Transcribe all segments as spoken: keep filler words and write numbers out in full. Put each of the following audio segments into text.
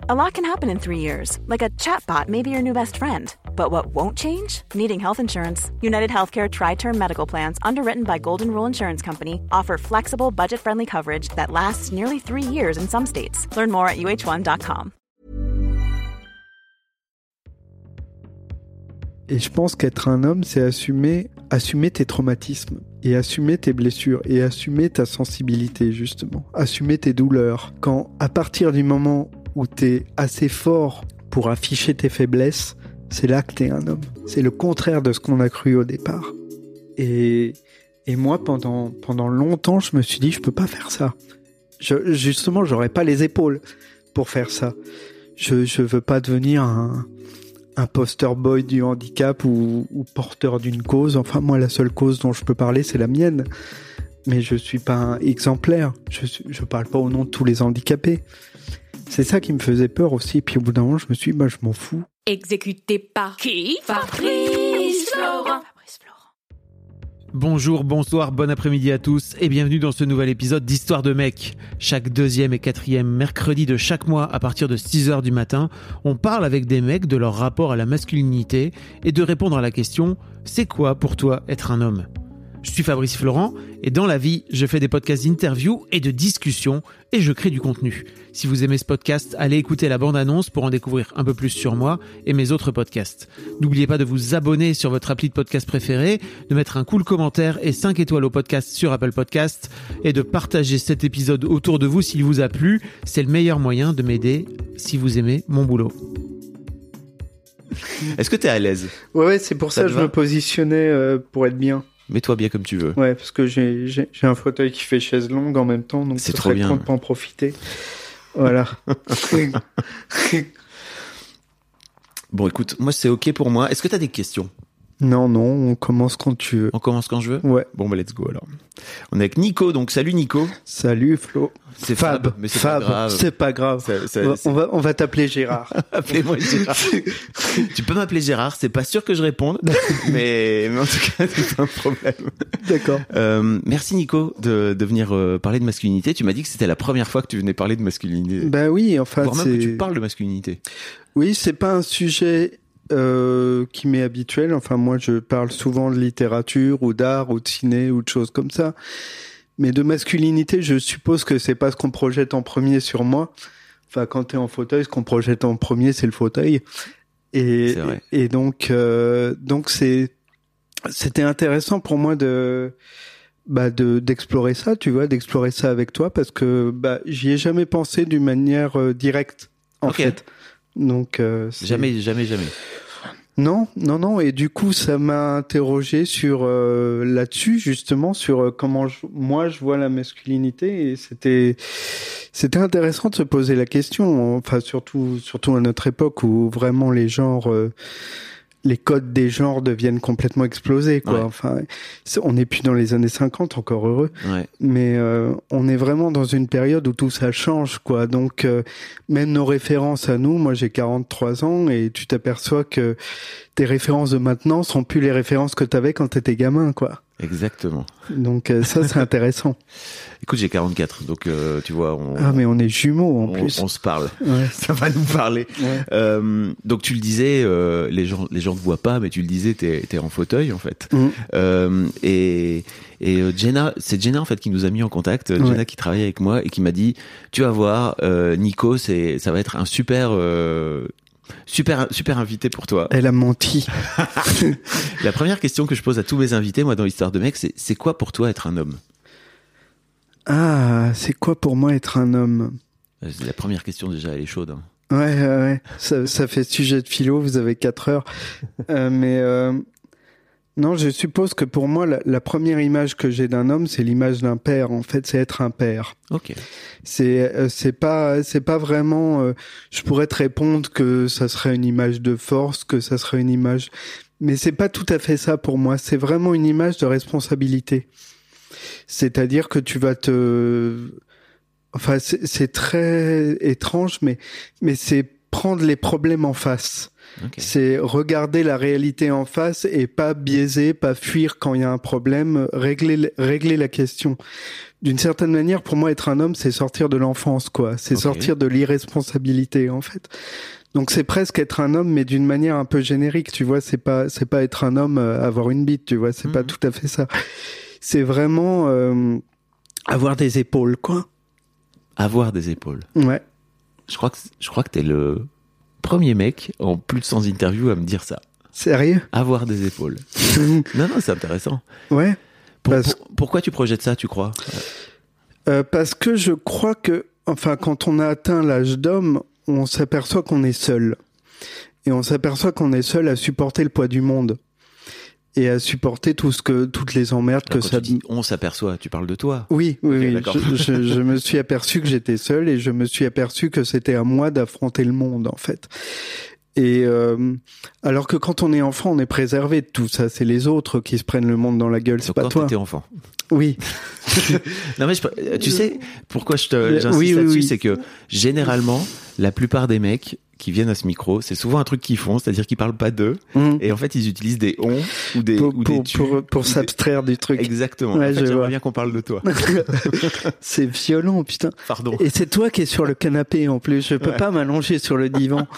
A lot can happen in three years, like a chatbot may be your new best friend. But what won't change? Needing health insurance. United Healthcare Tri-Term Medical Plans, underwritten by Golden Rule Insurance Company, offer flexible, budget-friendly coverage that lasts nearly three years in some states. Learn more at U H one dot com. Et je pense qu'être un homme, c'est assumer, assumer tes traumatismes, et assumer tes blessures, et assumer ta sensibilité, justement. Assumer tes douleurs. Quand, à partir du moment où t'es assez fort pour afficher tes faiblesses, c'est là que t'es un homme. C'est le contraire de ce qu'on a cru au départ. Et, et moi, pendant, pendant longtemps, je me suis dit, je peux pas faire ça. Je, justement, j'aurais pas les épaules pour faire ça. Je, je veux pas devenir un, un poster boy du handicap ou, ou porteur d'une cause. Enfin, moi, la seule cause dont je peux parler, c'est la mienne. Mais je suis pas un exemplaire. Je, suis, je parle pas au nom de tous les handicapés. C'est ça qui me faisait peur aussi. Puis au bout d'un moment, je me suis dit, bah, je m'en fous. Exécuté par qui? Fabrice Florent. Bonjour, bonsoir, bon après-midi à tous et bienvenue dans ce nouvel épisode d'Histoire de mec. Chaque deuxième et quatrième mercredi de chaque mois à partir de six heures du matin, on parle avec des mecs de leur rapport à la masculinité et de répondre à la question « C'est quoi pour toi être un homme ?» Je suis Fabrice Florent et dans la vie, je fais des podcasts d'interviews et de discussions et je crée du contenu. Si vous aimez ce podcast, allez écouter la bande-annonce pour en découvrir un peu plus sur moi et mes autres podcasts. N'oubliez pas de vous abonner sur votre appli de podcast préféré, de mettre un cool commentaire et cinq étoiles au podcast sur Apple Podcasts et de partager cet épisode autour de vous s'il vous a plu. C'est le meilleur moyen de m'aider si vous aimez mon boulot. Est-ce que t'es à l'aise? Ouais, ouais, c'est pour ça, ça que je va me positionnais euh, pour être bien. Mets-toi bien comme tu veux. Ouais, parce que j'ai, j'ai, j'ai un fauteuil qui fait chaise longue en même temps, donc c'est ce trop serait bien. con de pas en profiter. Voilà. Bon, écoute, moi c'est ok pour moi. Est-ce que t'as des questions? Non, non, on commence quand tu veux. On commence quand je veux? Ouais. Bon, bah let's go alors. On est avec Nico, donc salut Nico. Salut Flo. C'est Fab, Fab, mais c'est Fab, pas grave. c'est pas grave. Ça, ça, on, va, c'est... on va, on va t'appeler Gérard. Appelez-moi Gérard. Tu peux m'appeler Gérard, c'est pas sûr que je réponde, mais, mais en tout cas, c'est pas un problème. D'accord. Euh, merci Nico de, de venir euh, parler de masculinité. Tu m'as dit que c'était la première fois que tu venais parler de masculinité. Bah oui, enfin, Voire c'est... même que tu parles de masculinité. Oui, c'est pas un sujet euh, qui m'est habituel. Enfin, moi, je parle souvent de littérature ou d'art ou de ciné ou de choses comme ça. Mais de masculinité, je suppose que c'est pas ce qu'on projette en premier sur moi. Enfin, quand t'es en fauteuil, ce qu'on projette en premier, c'est le fauteuil. Et, c'est vrai. et donc, euh, donc c'est, c'était intéressant pour moi de, bah, de, d'explorer ça, tu vois, d'explorer ça avec toi, parce que, bah, j'y ai jamais pensé d'une manière euh, directe, en okay. fait. Donc, euh, c'est... jamais, jamais, jamais. Non, non, non. Et du coup, ça m'a interrogé sur euh, là-dessus, justement, sur euh, comment je, moi je vois la masculinité. Et c'était, c'était intéressant de se poser la question. Enfin, surtout, surtout à notre époque où vraiment les genres, euh, les codes des genres deviennent complètement explosés, quoi. Ouais. Enfin, on n'est plus dans les années cinquante, encore heureux. Ouais. Mais euh, on est vraiment dans une période où tout ça change, quoi. Donc, euh, même nos références à nous, moi j'ai quarante-trois ans et tu t'aperçois que tes références de maintenant sont plus les références que t'avais quand t'étais gamin, quoi. Exactement. Donc euh, ça, c'est intéressant. Écoute, j'ai quarante-quatre, donc euh, tu vois, on, ah mais on est jumeaux en on, plus. On se parle. Ouais. Ça va nous parler. Ouais. Euh, donc tu le disais, euh, les gens, les gens ne voient pas, mais tu le disais, t'es, t'es en fauteuil en fait. Mmh. Euh, et et euh, Jenna, c'est Jenna en fait qui nous a mis en contact. Ouais. Jenna qui travaille avec moi et qui m'a dit, tu vas voir, euh, Nico, c'est, ça va être un super. Euh, Super, super invité pour toi. Elle a menti. La première question que je pose à tous mes invités, moi, dans l'histoire de mec, c'est c'est quoi pour toi être un homme? Ah, c'est quoi pour moi être un homme? La première question déjà, elle est chaude. Hein. Ouais, ouais, ouais. Ça, ça fait sujet de philo. Vous avez quatre heures. euh, mais euh, non, je suppose que pour moi, la, la première image que j'ai d'un homme, c'est l'image d'un père. En fait, c'est être un père. Ok. C'est euh, c'est pas c'est pas vraiment. Euh, je pourrais te répondre que ça serait une image de force, que ça serait une image, mais c'est pas tout à fait ça pour moi. C'est vraiment une image de responsabilité. C'est-à-dire que tu vas te. Enfin, c'est, c'est très étrange, mais mais c'est prendre les problèmes en face. Okay. C'est regarder la réalité en face et pas biaiser, pas fuir quand il y a un problème, régler, régler la question. D'une certaine manière, pour moi, être un homme, c'est sortir de l'enfance, quoi. C'est okay. sortir de l'irresponsabilité, en fait. Donc c'est presque être un homme, mais d'une manière un peu générique, tu vois. C'est pas, c'est pas être un homme, euh, avoir une bite, tu vois. C'est mmh. pas tout à fait ça. C'est vraiment euh, avoir des épaules, quoi. Avoir des épaules. Ouais. Je crois que je crois que t'es le premier mec en plus de cent interviews à me dire ça. Sérieux ? Avoir des épaules. non, non, c'est intéressant. Ouais. Pour, parce... pour, pourquoi tu projettes ça, tu crois ? euh, Parce que je crois que, enfin, quand on a atteint l'âge d'homme, on s'aperçoit qu'on est seul. Et on s'aperçoit qu'on est seul à supporter le poids du monde. Et à supporter tout ce que, toutes les emmerdes alors que ça... ça... Tu dis, on s'aperçoit, tu parles de toi. Oui, oui, okay, oui. D'accord. Je, je, je me suis aperçu que j'étais seul et je me suis aperçu que c'était à moi d'affronter le monde, en fait. Et euh, alors que quand on est enfant, on est préservé de tout ça. C'est les autres qui se prennent le monde dans la gueule, c'est donc pas quand toi. Quand t'étais enfant. Oui. non mais je, tu sais pourquoi je te j'insiste oui, oui, là-dessus, oui. c'est que généralement la plupart des mecs qui viennent à ce micro, c'est souvent un truc qu'ils font, c'est-à-dire qu'ils parlent pas d'eux mmh. et en fait ils utilisent des on ou des pour, ou pour, des tu pour, pour s'abstraire des... du truc. Exactement. Ouais, en fait, je j'aimerais vois. bien qu'on parle de toi. C'est violent, putain. Pardon. Et c'est toi qui es sur le canapé en plus. Je peux ouais. pas m'allonger sur le divan.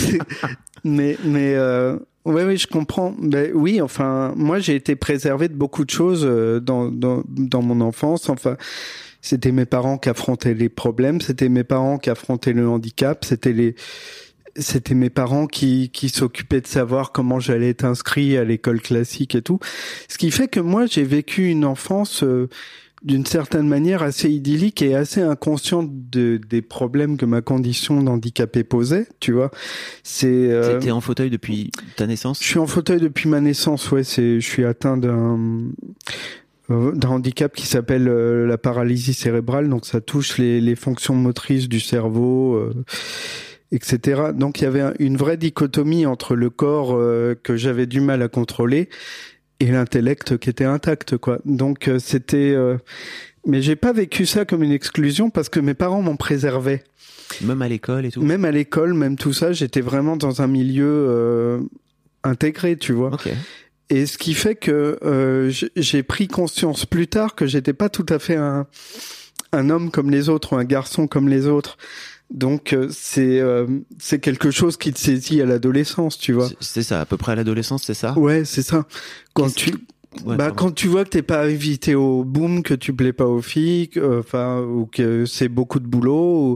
mais mais euh... Oui, oui, je comprends. Ben, oui, enfin, moi, j'ai été préservé de beaucoup de choses euh, dans, dans, dans mon enfance. Enfin, c'était mes parents qui affrontaient les problèmes, c'était mes parents qui affrontaient le handicap, c'était les, c'était mes parents qui, qui s'occupaient de savoir comment j'allais être inscrit à l'école classique et tout. Ce qui fait que moi, j'ai vécu une enfance euh, d'une certaine manière assez idyllique et assez inconsciente de, des problèmes que ma condition d'handicapé posait, tu vois. C'est, euh, T'es en fauteuil depuis ta naissance ? Je suis en fauteuil depuis ma naissance, ouais. C'est, je suis atteint d'un, euh, d'un handicap qui s'appelle euh, la paralysie cérébrale, donc ça touche les, les fonctions motrices du cerveau, euh, et cetera. Donc il y avait une vraie dichotomie entre le corps euh, que j'avais du mal à contrôler et l'intellect qui était intact, quoi. Donc euh, c'était, euh... mais j'ai pas vécu ça comme une exclusion parce que mes parents m'en préservaient. Même à l'école et tout. Même à l'école, même tout ça, j'étais vraiment dans un milieu euh, intégré, tu vois. Okay. Et ce qui fait que euh, j'ai pris conscience plus tard que j'étais pas tout à fait un un homme comme les autres ou un garçon comme les autres. Donc euh, c'est euh, c'est quelque chose qui te saisit à l'adolescence, tu vois. C'est, c'est ça, à peu près à l'adolescence, c'est ça ? Ouais, c'est ça. Quand Qu'est-ce tu que... ouais, bah quand tu vois que t'es pas invité au boom, que tu plais pas aux filles, enfin euh, ou que c'est beaucoup de boulot. Ou...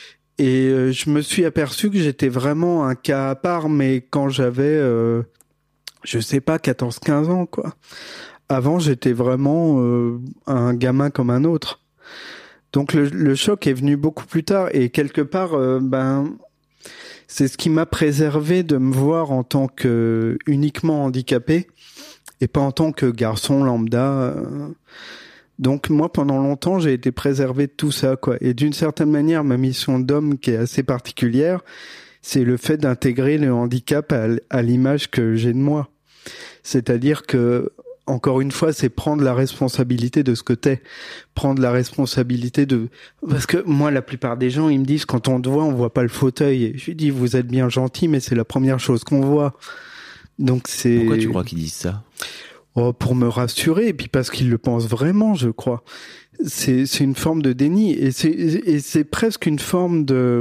Et euh, je me suis aperçu que j'étais vraiment un cas à part, mais quand j'avais euh, je sais pas quatorze quinze ans, quoi. Avant, j'étais vraiment euh, un gamin comme un autre. Donc le, le choc est venu beaucoup plus tard et quelque part, euh, ben, c'est ce qui m'a préservé de me voir en tant que uniquement handicapé et pas en tant que garçon lambda. Donc moi, pendant longtemps, j'ai été préservé de tout ça, quoi. Et d'une certaine manière, ma mission d'homme, qui est assez particulière, c'est le fait d'intégrer le handicap à, à l'image que j'ai de moi. C'est-à-dire que encore une fois, c'est prendre la responsabilité de ce que t'es. Prendre la responsabilité de... Parce que moi, la plupart des gens, ils me disent, quand on te voit, on voit pas le fauteuil. Et je lui dis, vous êtes bien gentil, mais c'est la première chose qu'on voit. Donc c'est... Pourquoi tu crois qu'ils disent ça ? Oh, pour me rassurer, et puis parce qu'ils le pensent vraiment, je crois. C'est, c'est une forme de déni. Et c'est, et c'est presque une forme de...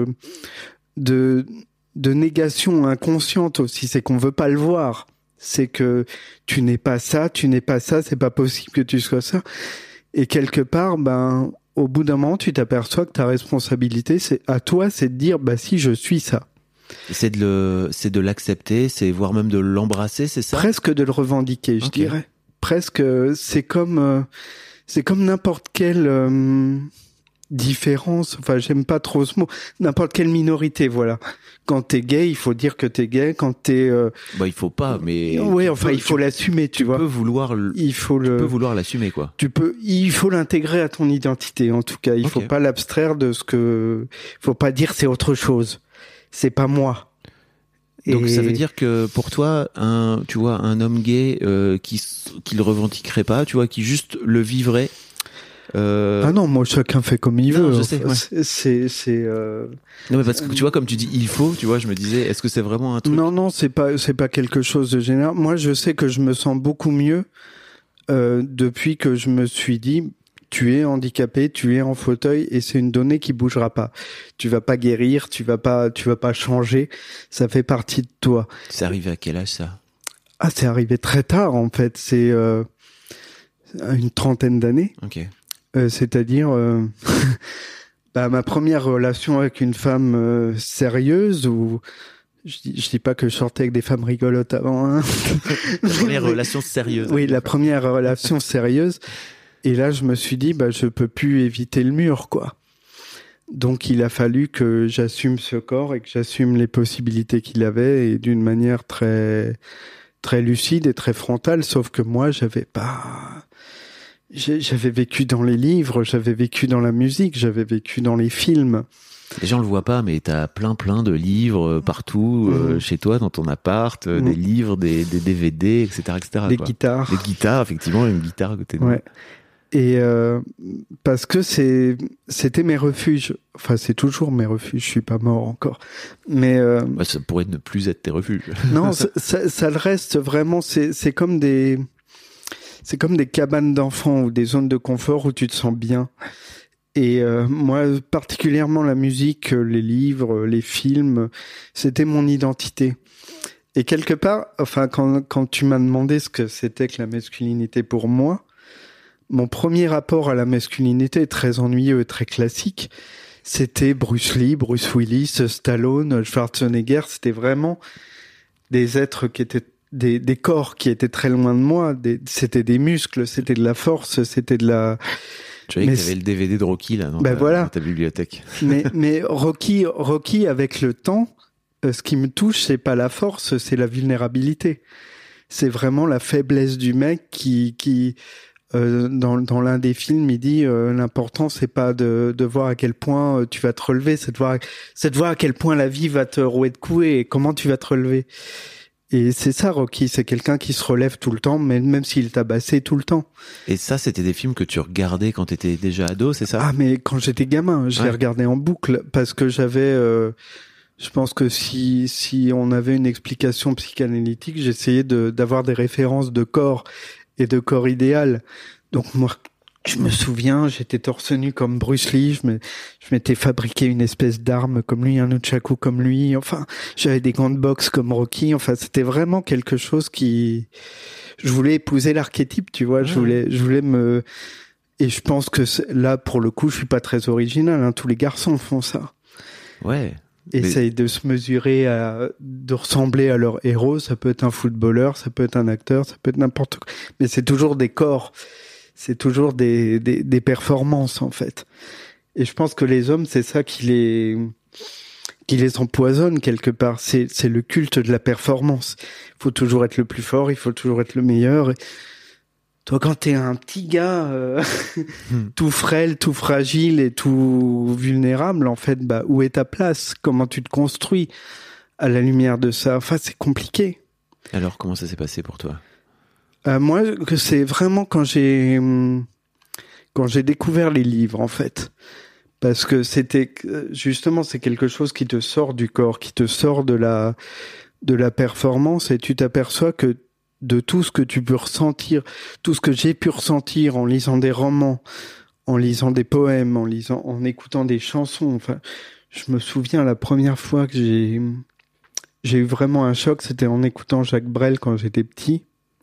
de, de négation inconsciente aussi. C'est qu'on veut pas le voir. C'est que tu n'es pas ça, tu n'es pas ça, c'est pas possible que tu sois ça. Et quelque part, ben, au bout d'un moment, tu t'aperçois que ta responsabilité, c'est à toi, c'est de dire, bah si, je suis ça. C'est de le, c'est de l'accepter, c'est voire même de l'embrasser, c'est ça ? Presque de le revendiquer, je okay. dirais. Presque, c'est comme, euh, c'est comme n'importe quelle euh, différence. Enfin, j'aime pas trop ce mot. N'importe quelle minorité, voilà. Quand t'es gay, il faut dire que t'es gay. Quand t'es, euh... bah il faut pas, mais ouais, enfin peux, il faut tu, l'assumer, tu, tu vois. Tu peux vouloir, le... il faut tu le, peux vouloir l'assumer, quoi. Tu peux, il faut l'intégrer à ton identité, en tout cas. Il okay. faut pas l'abstraire de ce que, faut pas dire c'est autre chose. C'est pas moi. Donc Et... ça veut dire que pour toi, un, tu vois, un homme gay euh, qui qui le revendiquerait pas, tu vois, qui juste le vivrait. Euh... Ah non, moi chacun fait comme il non, veut. Je sais, ouais. C'est, c'est, c'est euh... Non mais parce que tu vois, comme tu dis, il faut, tu vois, je me disais, est-ce que c'est vraiment un truc? Non, non, c'est pas, c'est pas quelque chose de général. Moi, je sais que je me sens beaucoup mieux euh, depuis que je me suis dit, tu es handicapé, tu es en fauteuil, et c'est une donnée qui bougera pas. Tu vas pas guérir, tu vas pas, tu vas pas changer. Ça fait partie de toi. C'est arrivé à quel âge ça? Ah, c'est arrivé très tard en fait. C'est euh, une trentaine d'années. Ok. Euh, c'est-à-dire euh, bah, ma première relation avec une femme euh, sérieuse, ou je dis, je dis pas que je sortais avec des femmes rigolotes avant. Hein. La première relation sérieuse. Oui, la première relation sérieuse. Et là, je me suis dit, bah, je peux plus éviter le mur, quoi. Donc, il a fallu que j'assume ce corps et que j'assume les possibilités qu'il avait, et d'une manière très, très lucide et très frontale. Sauf que moi, j'avais pas. J'avais vécu dans les livres, j'avais vécu dans la musique, j'avais vécu dans les films. Les gens le voient pas, mais t'as plein plein de livres partout, mmh. euh, chez toi, dans ton appart, mmh. des livres, des, des D V D, et cetera, et cetera. Des quoi. guitares. Des guitares, effectivement, une guitare à côté de nous. Ouais. Et euh, parce que c'est, c'était mes refuges. Enfin, c'est toujours mes refuges. Je suis pas mort encore. Mais euh, bah, ça pourrait ne plus être tes refuges. Non, ça, ça, ça le reste vraiment. C'est, c'est comme des, c'est comme des cabanes d'enfants ou des zones de confort où tu te sens bien. Et euh, moi, particulièrement la musique, les livres, les films, c'était mon identité. Et quelque part, enfin, quand quand tu m'as demandé ce que c'était que la masculinité pour moi. Mon premier rapport à la masculinité, très ennuyeux et très classique, c'était Bruce Lee, Bruce Willis, Stallone, Schwarzenegger. C'était vraiment des êtres qui étaient des, des corps qui étaient très loin de moi. Des, c'était des muscles, c'était de la force, c'était de la. Tu vois que t'avais le D V D de Rocky là dans, ben ta, voilà. dans ta bibliothèque. Mais, mais Rocky, Rocky avec le temps, euh, ce qui me touche, c'est pas la force, c'est la vulnérabilité. C'est vraiment la faiblesse du mec qui qui Euh, dans, dans l'un des films, il dit euh, l'important c'est pas de, de voir à quel point euh, tu vas te relever, c'est de voir, c'est de voir à quel point la vie va te rouer de coups et comment tu vas te relever. Et c'est ça, Rocky, c'est quelqu'un qui se relève tout le temps, même même s'il t'a tabassé tout le temps. Et ça, c'était des films que tu regardais quand t'étais déjà ado, c'est ça? Ah, mais quand j'étais gamin, je ouais. les regardais en boucle parce que j'avais. Euh, je pense que si si on avait une explication psychanalytique, j'essayais de d'avoir des références de corps et de corps idéal. Donc moi, je me souviens, j'étais torse nu comme Bruce Lee, je, me, je m'étais fabriqué une espèce d'arme comme lui, un nunchaku comme lui, enfin, j'avais des gants de boxe comme Rocky, enfin, c'était vraiment quelque chose qui... Je voulais épouser l'archétype, tu vois, je voulais, je voulais me... Et je pense que là, pour le coup, je suis pas très original, hein, tous les garçons font ça. Ouais. Essayent mais... de se mesurer, à, de ressembler à leur héros. Ça peut être un footballeur, ça peut être un acteur, ça peut être n'importe quoi. Mais c'est toujours des corps, c'est toujours des, des, des performances en fait. Et je pense que les hommes, c'est ça qui les, qui les empoisonne quelque part. C'est, c'est le culte de la performance. Il faut toujours être le plus fort, il faut toujours être le meilleur. Et toi, quand t'es un petit gars euh, tout frêle, tout fragile et tout vulnérable, en fait, bah où est ta place? Comment tu te construis à la lumière de ça? Enfin, c'est compliqué. Alors, comment ça s'est passé pour toi? euh, Moi, c'est vraiment quand j'ai quand j'ai découvert les livres, en fait, parce que c'était justement c'est quelque chose qui te sort du corps, qui te sort de la de la performance, et tu t'aperçois que de tout ce que tu peux ressentir, tout ce que j'ai pu ressentir en lisant des romans, en lisant des poèmes, en lisant, en écoutant des chansons. Enfin, je me souviens la première fois que j'ai, j'ai eu vraiment un choc, c'était en écoutant Jacques Brel quand j'étais petit.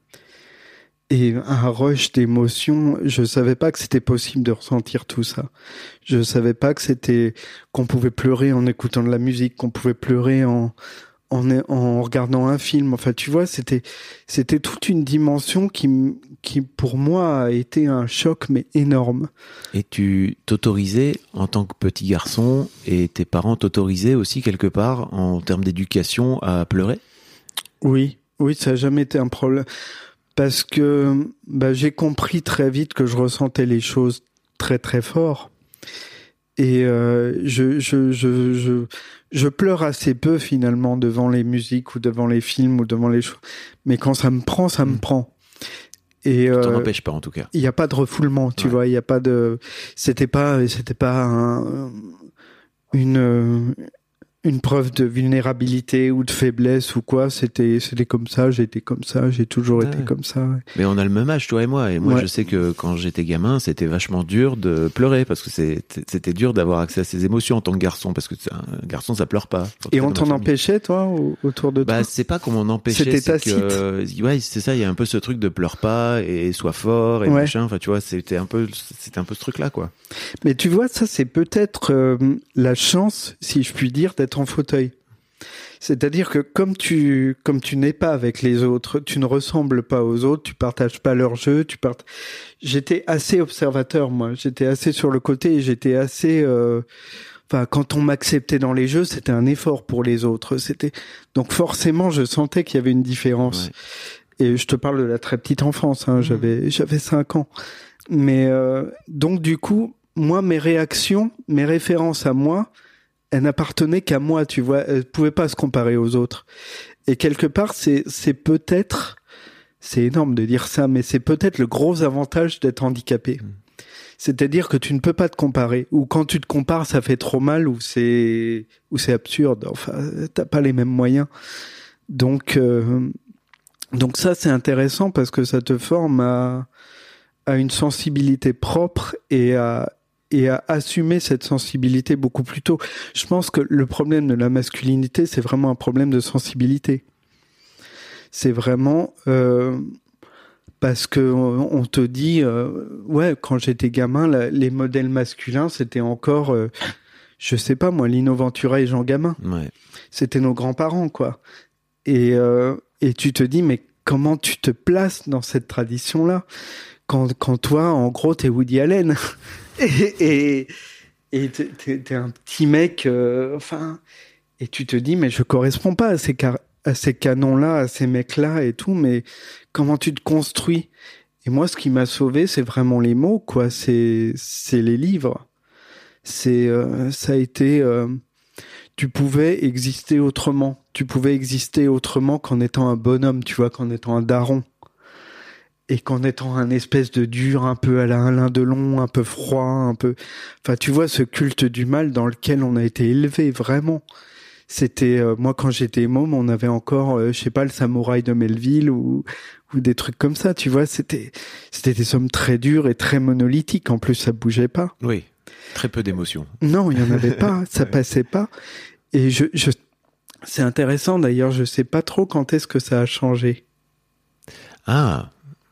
Et un rush d'émotions, je savais pas que c'était possible de ressentir tout ça. Je savais pas que c'était, qu'on pouvait pleurer en écoutant de la musique, qu'on pouvait pleurer en, En, en regardant un film. Enfin, tu vois, c'était, c'était toute une dimension qui, qui, pour moi, a été un choc, mais énorme. Et tu t'autorisais, en tant que petit garçon, et tes parents t'autorisaient aussi, quelque part, en termes d'éducation, à pleurer? Oui, oui, ça n'a jamais été un problème. Parce que, bah, j'ai compris très vite que je ressentais les choses très, très fort. Et euh, je, je, je, je, je pleure assez peu finalement devant les musiques ou devant les films ou devant les choses. Mais quand ça me prend, ça me prend. Et tu t'en euh, empêches pas en tout cas. il y a pas de refoulement, tu Ouais. vois, il y a pas de, c'était pas, c'était pas un, une une preuve de vulnérabilité ou de faiblesse ou quoi. C'était c'était comme ça. J'étais comme ça. J'ai toujours Ouais. été comme ça. Ouais. Mais on a le même âge, toi et moi. Et moi, Ouais. je sais que quand j'étais gamin, c'était vachement dur de pleurer parce que c'était, c'était dur d'avoir accès à ses émotions en tant que garçon parce que un garçon, ça pleure pas. Et on t'en empêchait, toi, au- autour de toi? Bah, c'est pas qu'on m'en empêchait. C'était c'est tacite. que, ouais, c'est ça. Il y a un peu ce truc de pleure pas et sois fort et Ouais. machin. Enfin, tu vois, c'était un peu, c'était un peu ce truc-là, quoi. Mais tu vois, ça, c'est peut-être euh, la chance, si je puis dire, d'être en fauteuil. C'est-à-dire que comme tu comme tu n'es pas avec les autres, tu ne ressembles pas aux autres, tu partages pas leur jeu, tu part... J'étais assez observateur, moi. J'étais assez sur le côté et j'étais assez... Euh... Enfin, quand on m'acceptait dans les jeux, c'était un effort pour les autres. C'était Donc forcément, je sentais qu'il y avait une différence. Ouais. Et je te parle de la très petite enfance, hein. Mmh. J'avais, j'avais cinq ans. Mais euh... donc du coup, moi, mes réactions, mes références à moi... elle n'appartenait qu'à moi, tu vois. Elle pouvait pas se comparer aux autres. Et quelque part, c'est, c'est peut-être, c'est énorme de dire ça, mais c'est peut-être le gros avantage d'être handicapé. Mmh. C'est-à-dire que tu ne peux pas te comparer. Ou quand tu te compares, ça fait trop mal, ou c'est, ou c'est absurde. Enfin, t'as pas les mêmes moyens. Donc, euh, donc ça, c'est intéressant parce que ça te forme à, à une sensibilité propre et à, et à assumer cette sensibilité beaucoup plus tôt. Je pense que le problème de la masculinité, c'est vraiment un problème de sensibilité. C'est vraiment euh, parce que on, on te dit, euh, ouais, quand j'étais gamin, la, les modèles masculins, c'était encore, euh, je sais pas moi, Lino Ventura et Jean Gabin. Ouais. C'était nos grands-parents, quoi. Et euh, et tu te dis, mais comment tu te places dans cette tradition-là quand quand toi, en gros, t'es Woody Allen. Et, et, et t'es, t'es, t'es un petit mec, euh, enfin, et tu te dis, mais je corresponds pas à ces, car- à ces canons-là, à ces mecs-là et tout, mais comment tu te construis? Et moi, ce qui m'a sauvé, c'est vraiment les mots, quoi. C'est, c'est les livres. C'est, euh, ça a été, euh, tu pouvais exister autrement. Tu pouvais exister autrement qu'en étant un bonhomme, tu vois, qu'en étant un daron. Et qu'en étant un espèce de dur, un peu à la Alain Delon, un peu froid, un peu... Enfin, tu vois, ce culte du mal dans lequel on a été élevé, vraiment. C'était... Euh, moi, quand j'étais môme, on avait encore, euh, je sais pas, le samouraï de Melville ou, ou des trucs comme ça, tu vois. C'était, c'était des hommes très durs et très monolithiques. En plus, ça bougeait pas. Oui, très peu d'émotions. Non, il y en avait pas. Ça passait pas. Et je, je... c'est intéressant, d'ailleurs. Je sais pas trop quand est-ce que ça a changé. Ah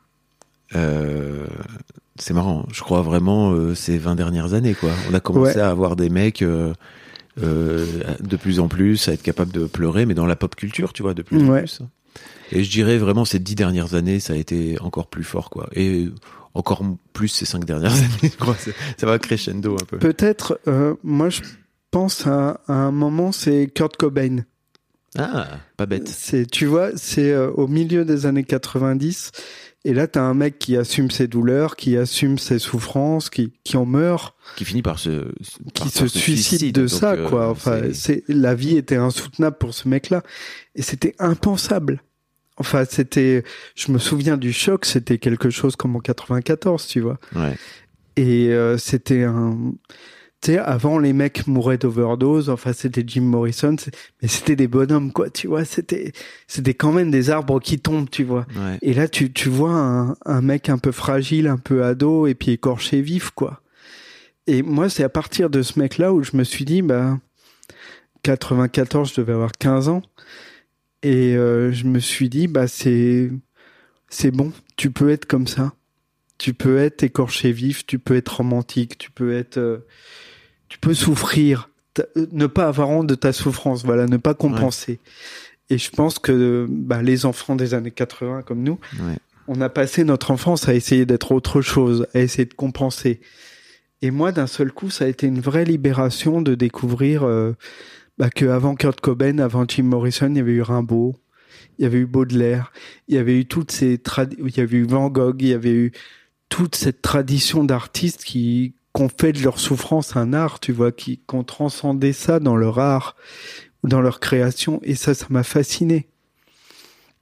Euh, c'est marrant. Je crois vraiment euh, ces vingt dernières années, quoi. On a commencé ouais. à avoir des mecs euh, euh, de plus en plus à être capables de pleurer, mais dans la pop culture, tu vois, de plus ouais. en plus. Et je dirais vraiment ces dix dernières années, ça a été encore plus fort, quoi. Et encore plus ces cinq dernières années, je crois. Ça va crescendo un peu. Peut-être, euh, moi je pense à, à un moment, c'est Kurt Cobain. Ah, pas bête. C'est, tu vois, c'est euh, au milieu des années quatre-vingt-dix. Et là, t'as un mec qui assume ses douleurs, qui assume ses souffrances, qui, qui en meurt. Qui finit par se, qui se suicide, suicide de donc, ça, euh, quoi. Enfin, c'est... c'est, la vie était insoutenable pour ce mec-là. Et c'était impensable. Enfin, c'était, je me souviens du choc, c'était quelque chose comme en quatre-vingt-quatorze, tu vois. Ouais. Et euh, c'était un, tu sais, avant les mecs mouraient d'overdose, enfin c'était Jim Morrison, c'est... mais c'était des bonhommes, quoi, tu vois, c'était, c'était quand même des arbres qui tombent, tu vois. Ouais. Et là, tu, tu vois un, un mec un peu fragile, un peu ado, et puis écorché vif, quoi. Et moi, c'est à partir de ce mec-là où je me suis dit, bah, quatre-vingt-quatorze, je devais avoir quinze ans, et euh, je me suis dit, bah, c'est, c'est bon, tu peux être comme ça. Tu peux être écorché vif, tu peux être romantique, tu peux être, euh, tu peux souffrir, ne pas avoir honte de ta souffrance, voilà, ne pas compenser. Ouais. Et je pense que bah, les enfants des années quatre-vingts comme nous, ouais. on a passé notre enfance à essayer d'être autre chose, à essayer de compenser. Et moi, d'un seul coup, ça a été une vraie libération de découvrir euh, bah, qu'avant Kurt Cobain, avant Jim Morrison, il y avait eu Rimbaud, il y avait eu Baudelaire, il y avait eu toutes ces trad... il y avait eu Van Gogh, il y avait eu toute cette tradition d'artistes qui qu'on fait de leur souffrance un art, tu vois, qui qu'on transcendait ça dans leur art ou dans leur création, et ça, ça m'a fasciné.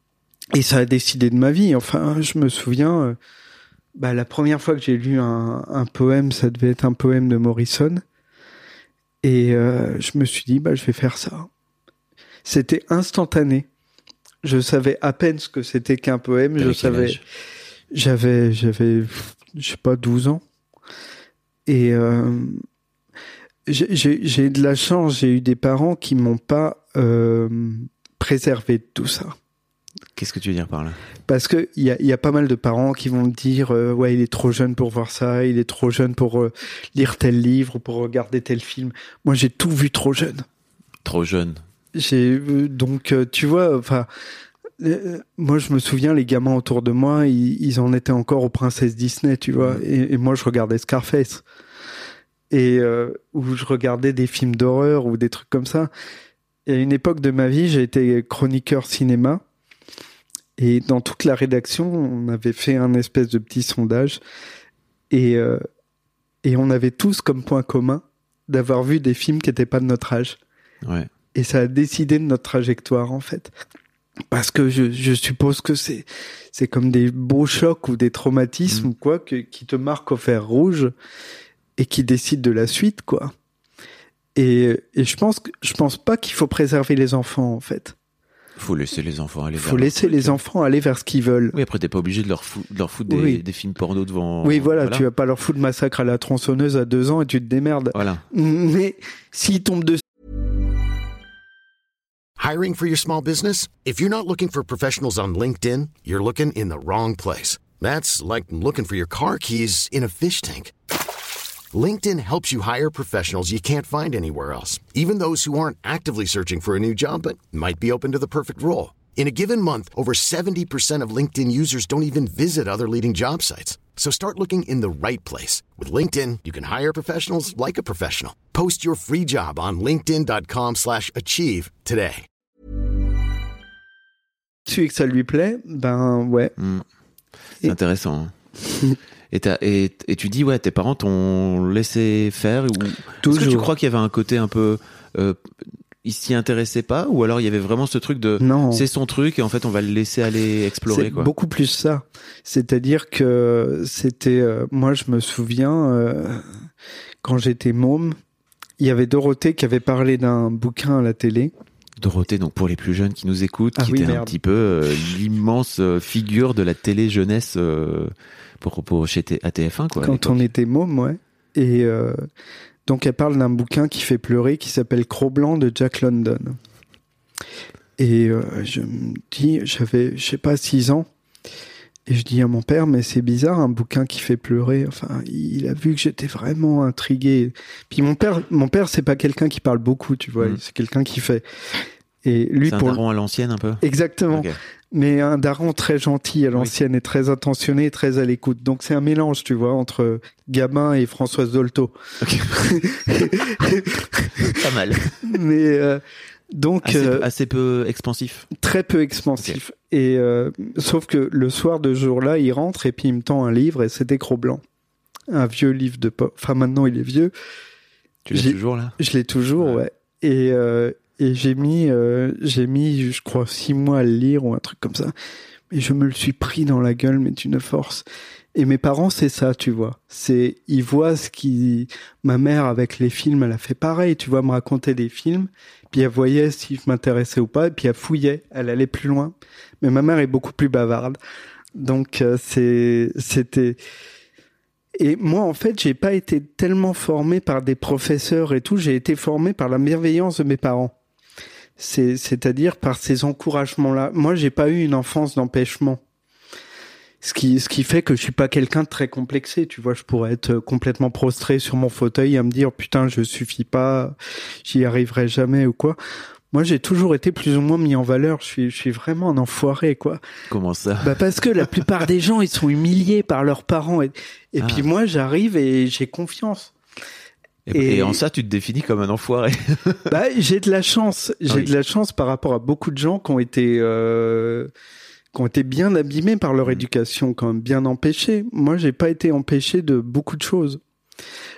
et ça a décidé de ma vie. Enfin, je me souviens, euh, bah, la première fois que j'ai lu un, un poème, ça devait être un poème de Morrison. Et euh, je me suis dit, bah, je vais faire ça. C'était instantané. Je savais à peine ce que c'était qu'un poème. T'avais je savais, âge j'avais, j'avais, je sais pas, douze ans. Et euh, j'ai, j'ai, j'ai de la chance. J'ai eu des parents qui m'ont pas euh, préservé de tout ça. Qu'est-ce que tu veux dire par là? Parce que il y a, y a pas mal de parents qui vont me dire euh, ouais, il est trop jeune pour voir ça, il est trop jeune pour euh, lire tel livre, pour regarder tel film. Moi, j'ai tout vu trop jeune. Trop jeune. J'ai euh, donc euh, tu vois, enfin, euh, moi je me souviens, les gamins autour de moi, ils, ils en étaient encore aux princesses Disney, tu vois, Mmh. et, et moi je regardais Scarface et euh, où je regardais des films d'horreur ou des trucs comme ça. Et à une époque de ma vie, j'ai été chroniqueur cinéma. Et dans toute la rédaction, on avait fait un espèce de petit sondage. Et, euh, et on avait tous comme point commun d'avoir vu des films qui n'étaient pas de notre âge. Ouais. Et ça a décidé de notre trajectoire, en fait. Parce que je, je suppose que c'est, c'est comme des beaux chocs ou des traumatismes Mmh. ou quoi, que, qui te marquent au fer rouge et qui décident de la suite, quoi. Et, et je pense que, je pense pas qu'il faut préserver les enfants, en fait. Faut laisser les enfants aller Il vers faut leur laisser truc. les enfants aller vers ce qu'ils veulent. Oui, après, t'es pas obligé de leur, fou- de leur foutre des, Oui. des films porno devant. Oui, voilà, tu vas pas leur foutre Massacre à la tronçonneuse à deux ans et tu te démerdes. Voilà. Mais s'ils tombent dessus, Hiring for your small business? If you're not looking for professionals on LinkedIn, you're looking in the wrong place. That's like looking for your car keys in a fish tank. LinkedIn helps you hire professionals you can't find anywhere else, even those who aren't actively searching for a new job but might be open to the perfect role. In a given month, over seventy percent of LinkedIn users don't even visit other leading job sites. So start looking in the right place. With LinkedIn, you can hire professionals like a professional. Post your free job on linkedin.com slash achieve today. et que ça lui plaît, ben ouais. Mmh. C'est Et- intéressant. hein. Et, t'as- et, et tu dis, ouais, tes parents t'ont laissé faire ou... Est-ce que tu Toujours. crois qu'il y avait un côté un peu... Euh, ils s'y intéressaient pas? Ou alors il y avait vraiment ce truc de... Non. C'est son truc et en fait on va le laisser aller explorer, C'est quoi. beaucoup plus ça. C'est-à-dire que c'était... euh, moi, je me souviens, euh, quand j'étais môme, il y avait Dorothée qui avait parlé d'un bouquin à la télé. Dorothée, donc pour les plus jeunes qui nous écoutent, Ah qui oui, était un merde. petit peu euh, l'immense euh, figure de la télé jeunesse euh, pour, pour chez T- à T F un, quoi. à Quand l'époque. on était môme, ouais. Et euh, donc, elle parle d'un bouquin qui fait pleurer, qui s'appelle Cro-Blanc de Jack London. Et euh, je me dis, j'avais, je sais pas, six ans. Et je dis à mon père, mais c'est bizarre, un bouquin qui fait pleurer. Enfin, il a vu que j'étais vraiment intrigué. Puis mon père, mon père, c'est pas quelqu'un qui parle beaucoup, tu vois. Mm. C'est quelqu'un qui fait. Et lui, C'est un pour daron à l'ancienne un peu. exactement. Ok. Mais un daron très gentil à l'ancienne et très attentionné et très à l'écoute. Donc c'est un mélange, tu vois, entre Gabin et Françoise Dolto. Ok. Pas mal. Mais euh, donc Assez, euh, assez peu expansif. très peu expansif. Et euh, sauf que le soir de ce jour-là, il rentre et puis il me tend un livre et c'était Cro-Blanc, un vieux livre de po- enfin maintenant il est vieux. Tu l'as J'ai- toujours là? Je l'ai toujours, Ouais. ouais. Et euh, et j'ai mis euh, j'ai mis je crois six mois à le lire ou un truc comme ça. Et je me le suis pris dans la gueule, mais d'une force. Et mes parents, c'est ça, tu vois. C'est, ils voient ce qui, ma mère, avec les films, elle a fait pareil, tu vois, me raconter des films. Puis elle voyait si je m'intéressais ou pas, et puis elle fouillait, elle allait plus loin. Mais ma mère est beaucoup plus bavarde. Donc, euh, c'est, c'était, et moi, en fait, j'ai pas été tellement formé par des professeurs et tout, j'ai été formé par la bienveillance de mes parents. C'est, c'est-à-dire par ces encouragements-là. Moi, j'ai pas eu une enfance d'empêchement. Ce qui, ce qui fait que je suis pas quelqu'un de très complexé, tu vois. Je pourrais être complètement prostré sur mon fauteuil à me dire, putain, je suffis pas, j'y arriverai jamais ou quoi. Moi, j'ai toujours été plus ou moins mis en valeur. Je suis, je suis vraiment un enfoiré, quoi. Comment ça? Bah, parce que la plupart des gens, ils sont humiliés par leurs parents. Et, et Ah. puis moi, j'arrive et j'ai confiance. Et, et- et en ça, tu te définis comme un enfoiré. Bah, j'ai de la chance. J'ai Oui. de la chance par rapport à beaucoup de gens qui ont été, euh, qui ont été bien abîmés par leur Mm. éducation, quand même bien empêchés. Moi, j'ai pas été empêché de beaucoup de choses.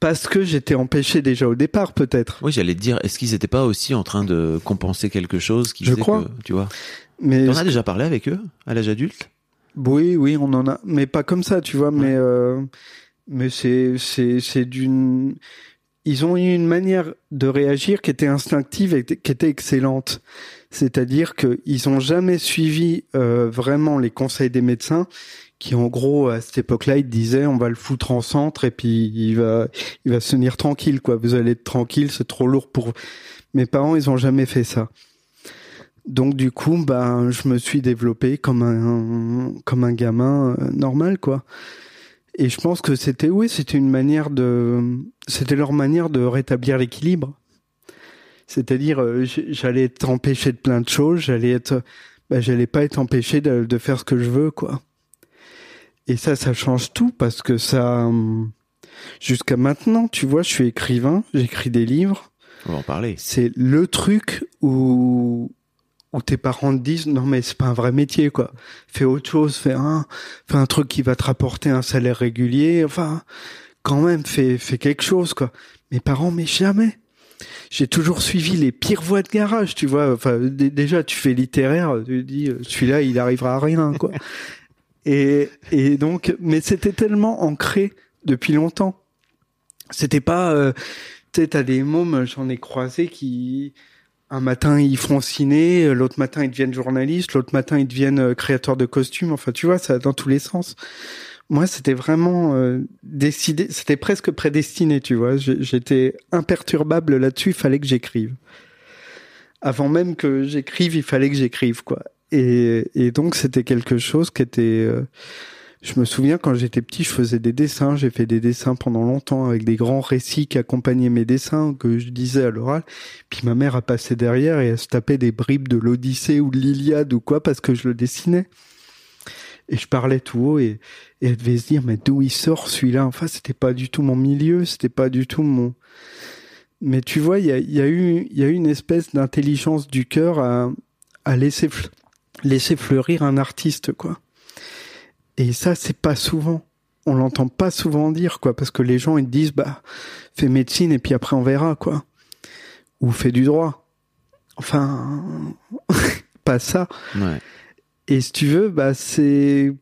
Parce que j'étais empêché déjà au départ, peut-être. Oui, j'allais te dire, est-ce qu'ils étaient pas aussi en train de compenser quelque chose qui Je faisait crois. que, tu vois. Mais T'en as déjà parlé avec eux à l'âge adulte? Oui, oui, on en a, mais pas comme ça, tu vois. Ouais. Mais euh, mais c'est c'est c'est d'une. Ils ont eu une manière de réagir qui était instinctive et qui était excellente. C'est-à-dire qu'ils ont jamais suivi euh, vraiment les conseils des médecins, qui en gros à cette époque-là ils disaient on va le foutre en centre et puis il va il va se tenir tranquille quoi. Vous allez être tranquille, c'est trop lourd pour. Mes parents ils ont jamais fait ça. Donc du coup ben je me suis développé comme un comme un gamin euh, normal quoi. Et je pense que c'était oui c'était une manière de c'était leur manière de rétablir l'équilibre. C'est-à-dire euh, j'allais être empêché de plein de choses, j'allais être ben, j'allais pas être empêché de, de faire ce que je veux quoi. Et ça, ça change tout parce que ça, jusqu'à maintenant, tu vois, je suis écrivain, j'écris des livres. On va en parler. C'est le truc où, où tes parents te disent, non, mais c'est pas un vrai métier, quoi. Fais autre chose, fais un, fais un truc qui va te rapporter un salaire régulier. Enfin, quand même, fais, fais quelque chose, quoi. Mes parents, mais jamais. J'ai toujours suivi les pires voies de garage, tu vois. Enfin, d- déjà, tu fais littéraire, tu te dis, celui-là, il arrivera à rien, quoi. Et, et donc, mais c'était tellement ancré depuis longtemps. C'était pas, euh, tu sais, t'as des mômes, j'en ai croisé qui, un matin ils feront ciné, l'autre matin ils deviennent journalistes, l'autre matin ils deviennent créateurs de costumes. Enfin, tu vois, ça dans tous les sens. Moi, c'était vraiment euh, décidé, c'était presque prédestiné, tu vois. J'étais imperturbable là-dessus. Il fallait que j'écrive. Avant même que j'écrive, il fallait que j'écrive, quoi. Et, et donc, c'était quelque chose qui était... Euh, je me souviens, quand j'étais petit, je faisais des dessins. J'ai fait des dessins pendant longtemps avec des grands récits qui accompagnaient mes dessins, que je disais à l'oral. Puis ma mère a passé derrière et elle se tapait des bribes de l'Odyssée ou de l'Iliade ou quoi, parce que je le dessinais. Et je parlais tout haut et, et elle devait se dire, mais d'où il sort celui-là? Enfin, c'était pas du tout mon milieu, c'était pas du tout mon... Mais tu vois, il y a, y a eu, il y a eu une espèce d'intelligence du cœur à, à laisser... laisser fleurir un artiste, quoi. Et ça, c'est pas souvent. On l'entend pas souvent dire, quoi, parce que les gens, ils disent, bah, fais médecine et puis après on verra, quoi. Ou fais du droit. Enfin, pas ça. Ouais. Et si tu veux, bah, c'est,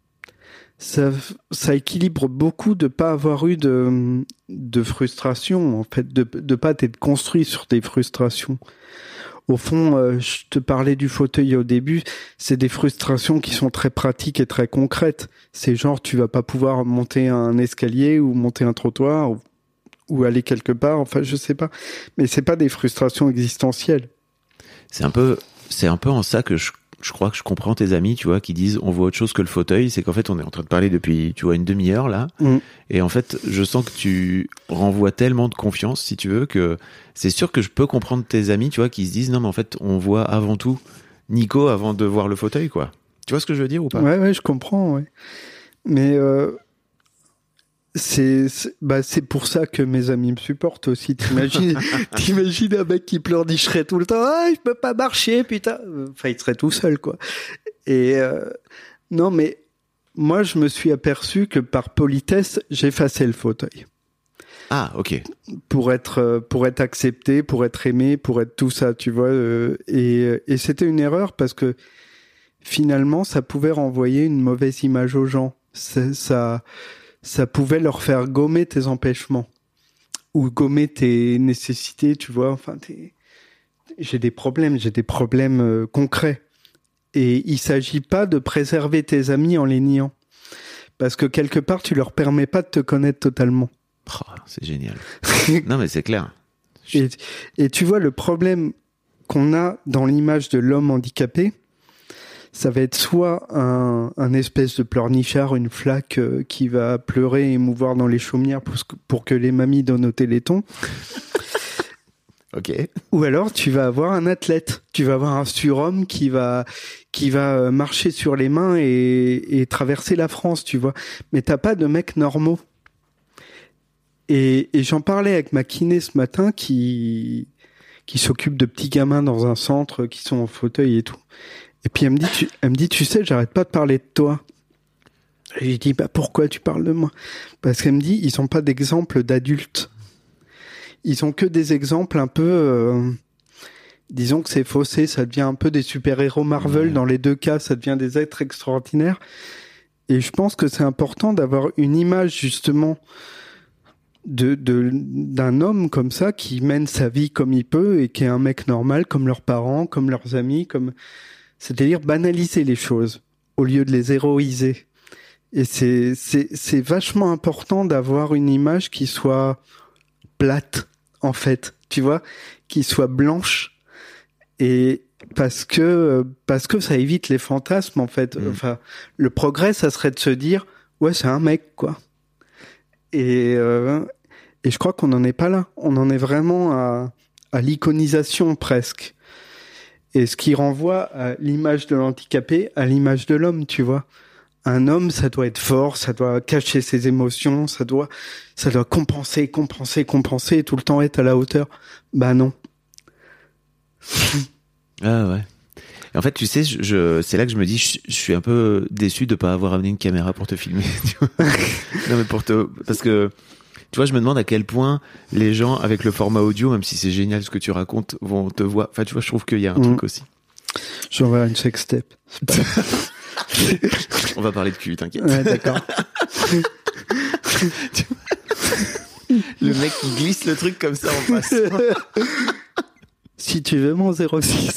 ça, ça équilibre beaucoup de pas avoir eu de, de frustration, en fait, de, de pas t'être construit sur des frustrations. Au fond, euh, je te parlais du fauteuil au début, c'est des frustrations qui sont très pratiques et très concrètes. C'est genre, tu vas pas pouvoir monter un escalier ou monter un trottoir ou, ou aller quelque part, enfin, je sais pas. Mais c'est pas des frustrations existentielles. C'est un peu, c'est un peu en ça que je, je crois que je comprends tes amis, tu vois, qui disent on voit autre chose que le fauteuil. C'est qu'en fait, on est en train de parler depuis, tu vois, une demi-heure là. Mm. Et en fait, je sens que tu renvoies tellement de confiance, si tu veux, que c'est sûr que je peux comprendre tes amis, tu vois, qui se disent non, mais en fait, on voit avant tout Nico avant de voir le fauteuil, quoi. Tu vois ce que je veux dire ou pas? Ouais, ouais, je comprends, ouais. Mais euh, c'est, c'est, bah, c'est pour ça que mes amis me supportent aussi. T'imagines, t'imagines un mec qui pleurnicherait tout le temps. Ah, je peux pas marcher, putain. Enfin, il serait tout seul, quoi. Et euh, non, mais moi, je me suis aperçu que par politesse, j'effaçais le fauteuil. Ah, ok. Pour être, pour être accepté, pour être aimé, pour être tout ça, tu vois. Et, et c'était une erreur parce que finalement, ça pouvait renvoyer une mauvaise image aux gens. C'est, ça, ça pouvait leur faire gommer tes empêchements ou gommer tes nécessités, tu vois. Enfin, t'es... j'ai des problèmes, j'ai des problèmes euh, concrets. Et il s'agit pas de préserver tes amis en les niant. Parce que quelque part, tu leur permets pas de te connaître totalement. Oh, c'est génial. Non, mais c'est clair. Et, et tu vois, le problème qu'on a dans l'image de l'homme handicapé, ça va être soit un, un espèce de pleurnichard, une flaque euh, qui va pleurer et émouvoir dans les chaumières pour, pour que les mamies donnent au téléthon. Ok. Ou alors tu vas avoir un athlète, tu vas avoir un surhomme qui va qui va marcher sur les mains et, et traverser la France, tu vois. Mais t'as pas de mecs normaux. Et, et j'en parlais avec ma kiné ce matin qui qui s'occupe de petits gamins dans un centre qui sont en fauteuil et tout. Et puis elle me dit, tu, elle me dit, tu sais, j'arrête pas de parler de toi. Et j'ai dit, bah, pourquoi tu parles de moi? Parce qu'elle me dit, ils sont pas d'exemples d'adultes. Ils sont que des exemples un peu, euh, disons que c'est faussé, ça devient un peu des super-héros Marvel. Ouais. Dans les deux cas, ça devient des êtres extraordinaires. Et je pense que c'est important d'avoir une image, justement, de, de, d'un homme comme ça, qui mène sa vie comme il peut et qui est un mec normal, comme leurs parents, comme leurs amis, comme, c'est-à-dire banaliser les choses au lieu de les héroïser. Et c'est, c'est, c'est vachement important d'avoir une image qui soit plate, en fait, tu vois, qui soit blanche, et parce que, parce que ça évite les fantasmes, en fait. Mmh. Enfin, le progrès, ça serait de se dire, ouais, c'est un mec, quoi. Et, euh, et je crois qu'on n'en est pas là. On en est vraiment à, à l'iconisation, presque. Et ce qui renvoie à l'image de l'handicapé, à l'image de l'homme, tu vois. Un homme, ça doit être fort, ça doit cacher ses émotions, ça doit, ça doit compenser, compenser, compenser, et tout le temps être à la hauteur. Bah non. Ah ouais. Et en fait, tu sais, je, je, c'est là que je me dis, je, je suis un peu déçu de pas avoir amené une caméra pour te filmer. Tu vois. Non mais pour te, parce que tu vois, je me demande à quel point les gens avec le format audio, même si c'est génial ce que tu racontes, vont te voir. Enfin, tu vois, je trouve qu'il y a un mmh. truc aussi. J'enverrai une sextape. On va parler de cul, t'inquiète. Ouais, d'accord. Le mec qui glisse le truc comme ça en face. Si tu veux mon zéro six.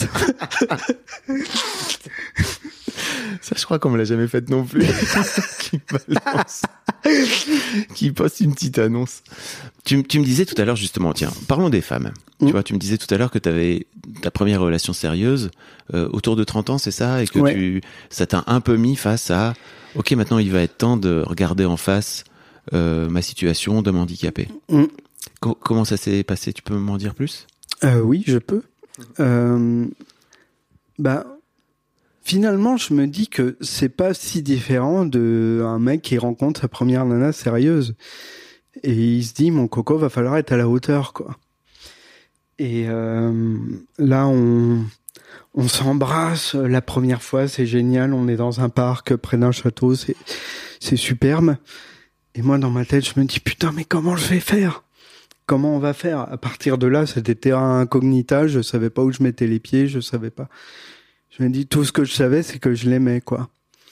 Ça, je crois qu'on me l'a jamais fait non plus. Qui balance. Qui poste une petite annonce. Tu, tu me disais tout à l'heure, justement, tiens, parlons des femmes. Mmh. Tu vois, tu me disais tout à l'heure que tu avais ta première relation sérieuse euh, autour de trente ans, c'est ça? Et que ouais. tu, ça t'a un peu mis face à, ok, maintenant il va être temps de regarder en face euh, ma situation d'homme handicapé. Mmh. Co- comment ça s'est passé? Tu peux m'en dire plus? euh, Oui, je peux. Euh, bah, finalement, je me dis que c'est pas si différent de un mec qui rencontre sa première nana sérieuse. Et il se dit, mon coco, va falloir être à la hauteur, quoi. Et euh, là, on, on s'embrasse la première fois, c'est génial. On est dans un parc près d'un château, c'est, c'est superbe. Et moi, dans ma tête, je me dis, putain, mais comment je vais faire? Comment on va faire? À partir de là, c'était terrain incognita, je savais pas où je mettais les pieds, je savais pas. Je me dis, tout ce que je savais, c'est que je l'aimais, quoi.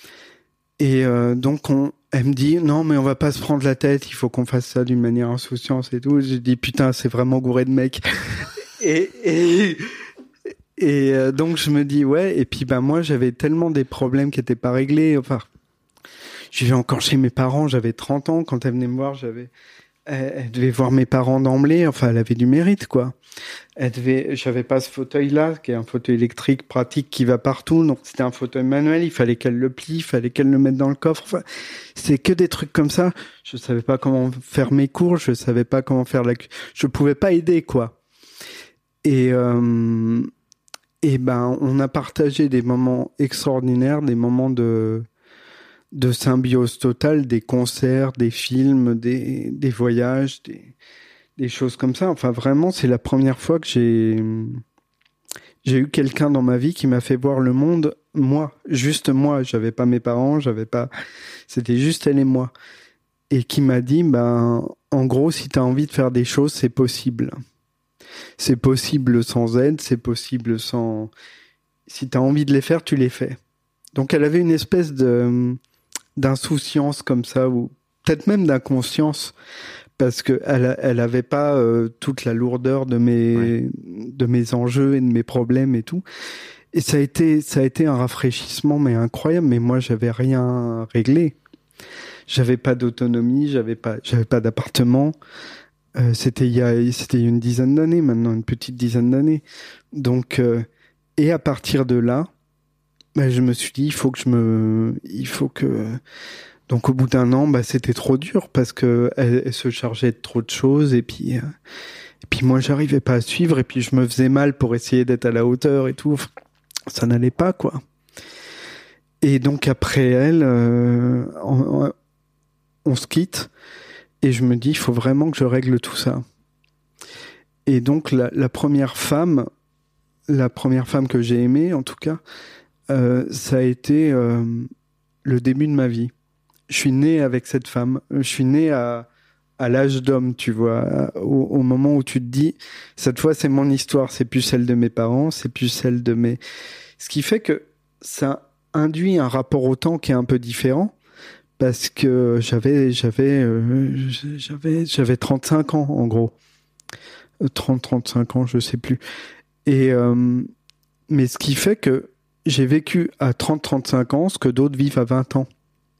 Et euh, donc, on, elle me dit, non, mais on va pas se prendre la tête, il faut qu'on fasse ça d'une manière insouciance et tout. J'ai dit, putain, c'est vraiment gouré de mecs. et et, et euh, donc, je me dis, ouais, et puis bah moi, j'avais tellement des problèmes qui étaient pas réglés. Enfin, je vivais encore chez mes parents, j'avais trente ans, quand elle venait me voir, j'avais... Elle, elle devait voir mes parents d'emblée, enfin, elle avait du mérite, quoi. Elle devait, j'avais pas ce fauteuil-là, qui est un fauteuil électrique pratique qui va partout, donc c'était un fauteuil manuel, il fallait qu'elle le plie, il fallait qu'elle le mette dans le coffre, enfin, c'est que des trucs comme ça. Je savais pas comment faire mes cours, je savais pas comment faire la, je pouvais pas aider, quoi. Et, euh, et ben, on a partagé des moments extraordinaires, des moments de, de symbiose totale, des concerts, des films, des, des voyages, des, des choses comme ça. Enfin, vraiment, c'est la première fois que j'ai, j'ai eu quelqu'un dans ma vie qui m'a fait voir le monde, moi, juste moi. J'avais pas mes parents, j'avais pas, c'était juste elle et moi. Et qui m'a dit, ben, en gros, si t'as envie de faire des choses, c'est possible. C'est possible sans aide, c'est possible sans, si t'as envie de les faire, tu les fais. Donc, elle avait une espèce de, d'insouciance comme ça, ou peut-être même d'inconscience, parce que elle, elle avait pas euh, toute la lourdeur de mes, ouais. de mes enjeux et de mes problèmes et tout. Et ça a été, ça a été un rafraîchissement, mais incroyable. Mais moi, j'avais rien réglé. J'avais pas d'autonomie, j'avais pas, j'avais pas d'appartement. Euh, c'était il y a, c'était une dizaine d'années maintenant, une petite dizaine d'années. Donc, euh, et à partir de là, bah, je me suis dit, il faut que je me, il faut que, donc au bout d'un an, bah c'était trop dur parce que elle, elle se chargeait de trop de choses et puis, euh, et puis moi j'arrivais pas à suivre et puis je me faisais mal pour essayer d'être à la hauteur et tout. Ça n'allait pas, quoi. Et donc après elle, euh, on, on se quitte et je me dis, il faut vraiment que je règle tout ça. Et donc la, la première femme, la première femme que j'ai aimée, en tout cas, euh, ça a été euh, le début de ma vie. je suis né avec cette femme. Je suis né à, à l'âge d'homme, tu vois, au, au moment où tu te dis, cette fois, c'est mon histoire, c'est plus celle de mes parents, c'est plus celle de mes... Ce qui fait que ça induit un rapport au temps qui est un peu différent, parce que j'avais, j'avais, euh, j'avais, j'avais trente-cinq ans, en gros. trente, trente-cinq ans, je sais plus. Et, euh, mais ce qui fait que j'ai vécu à trente, trente-cinq ans ce que d'autres vivent à vingt ans.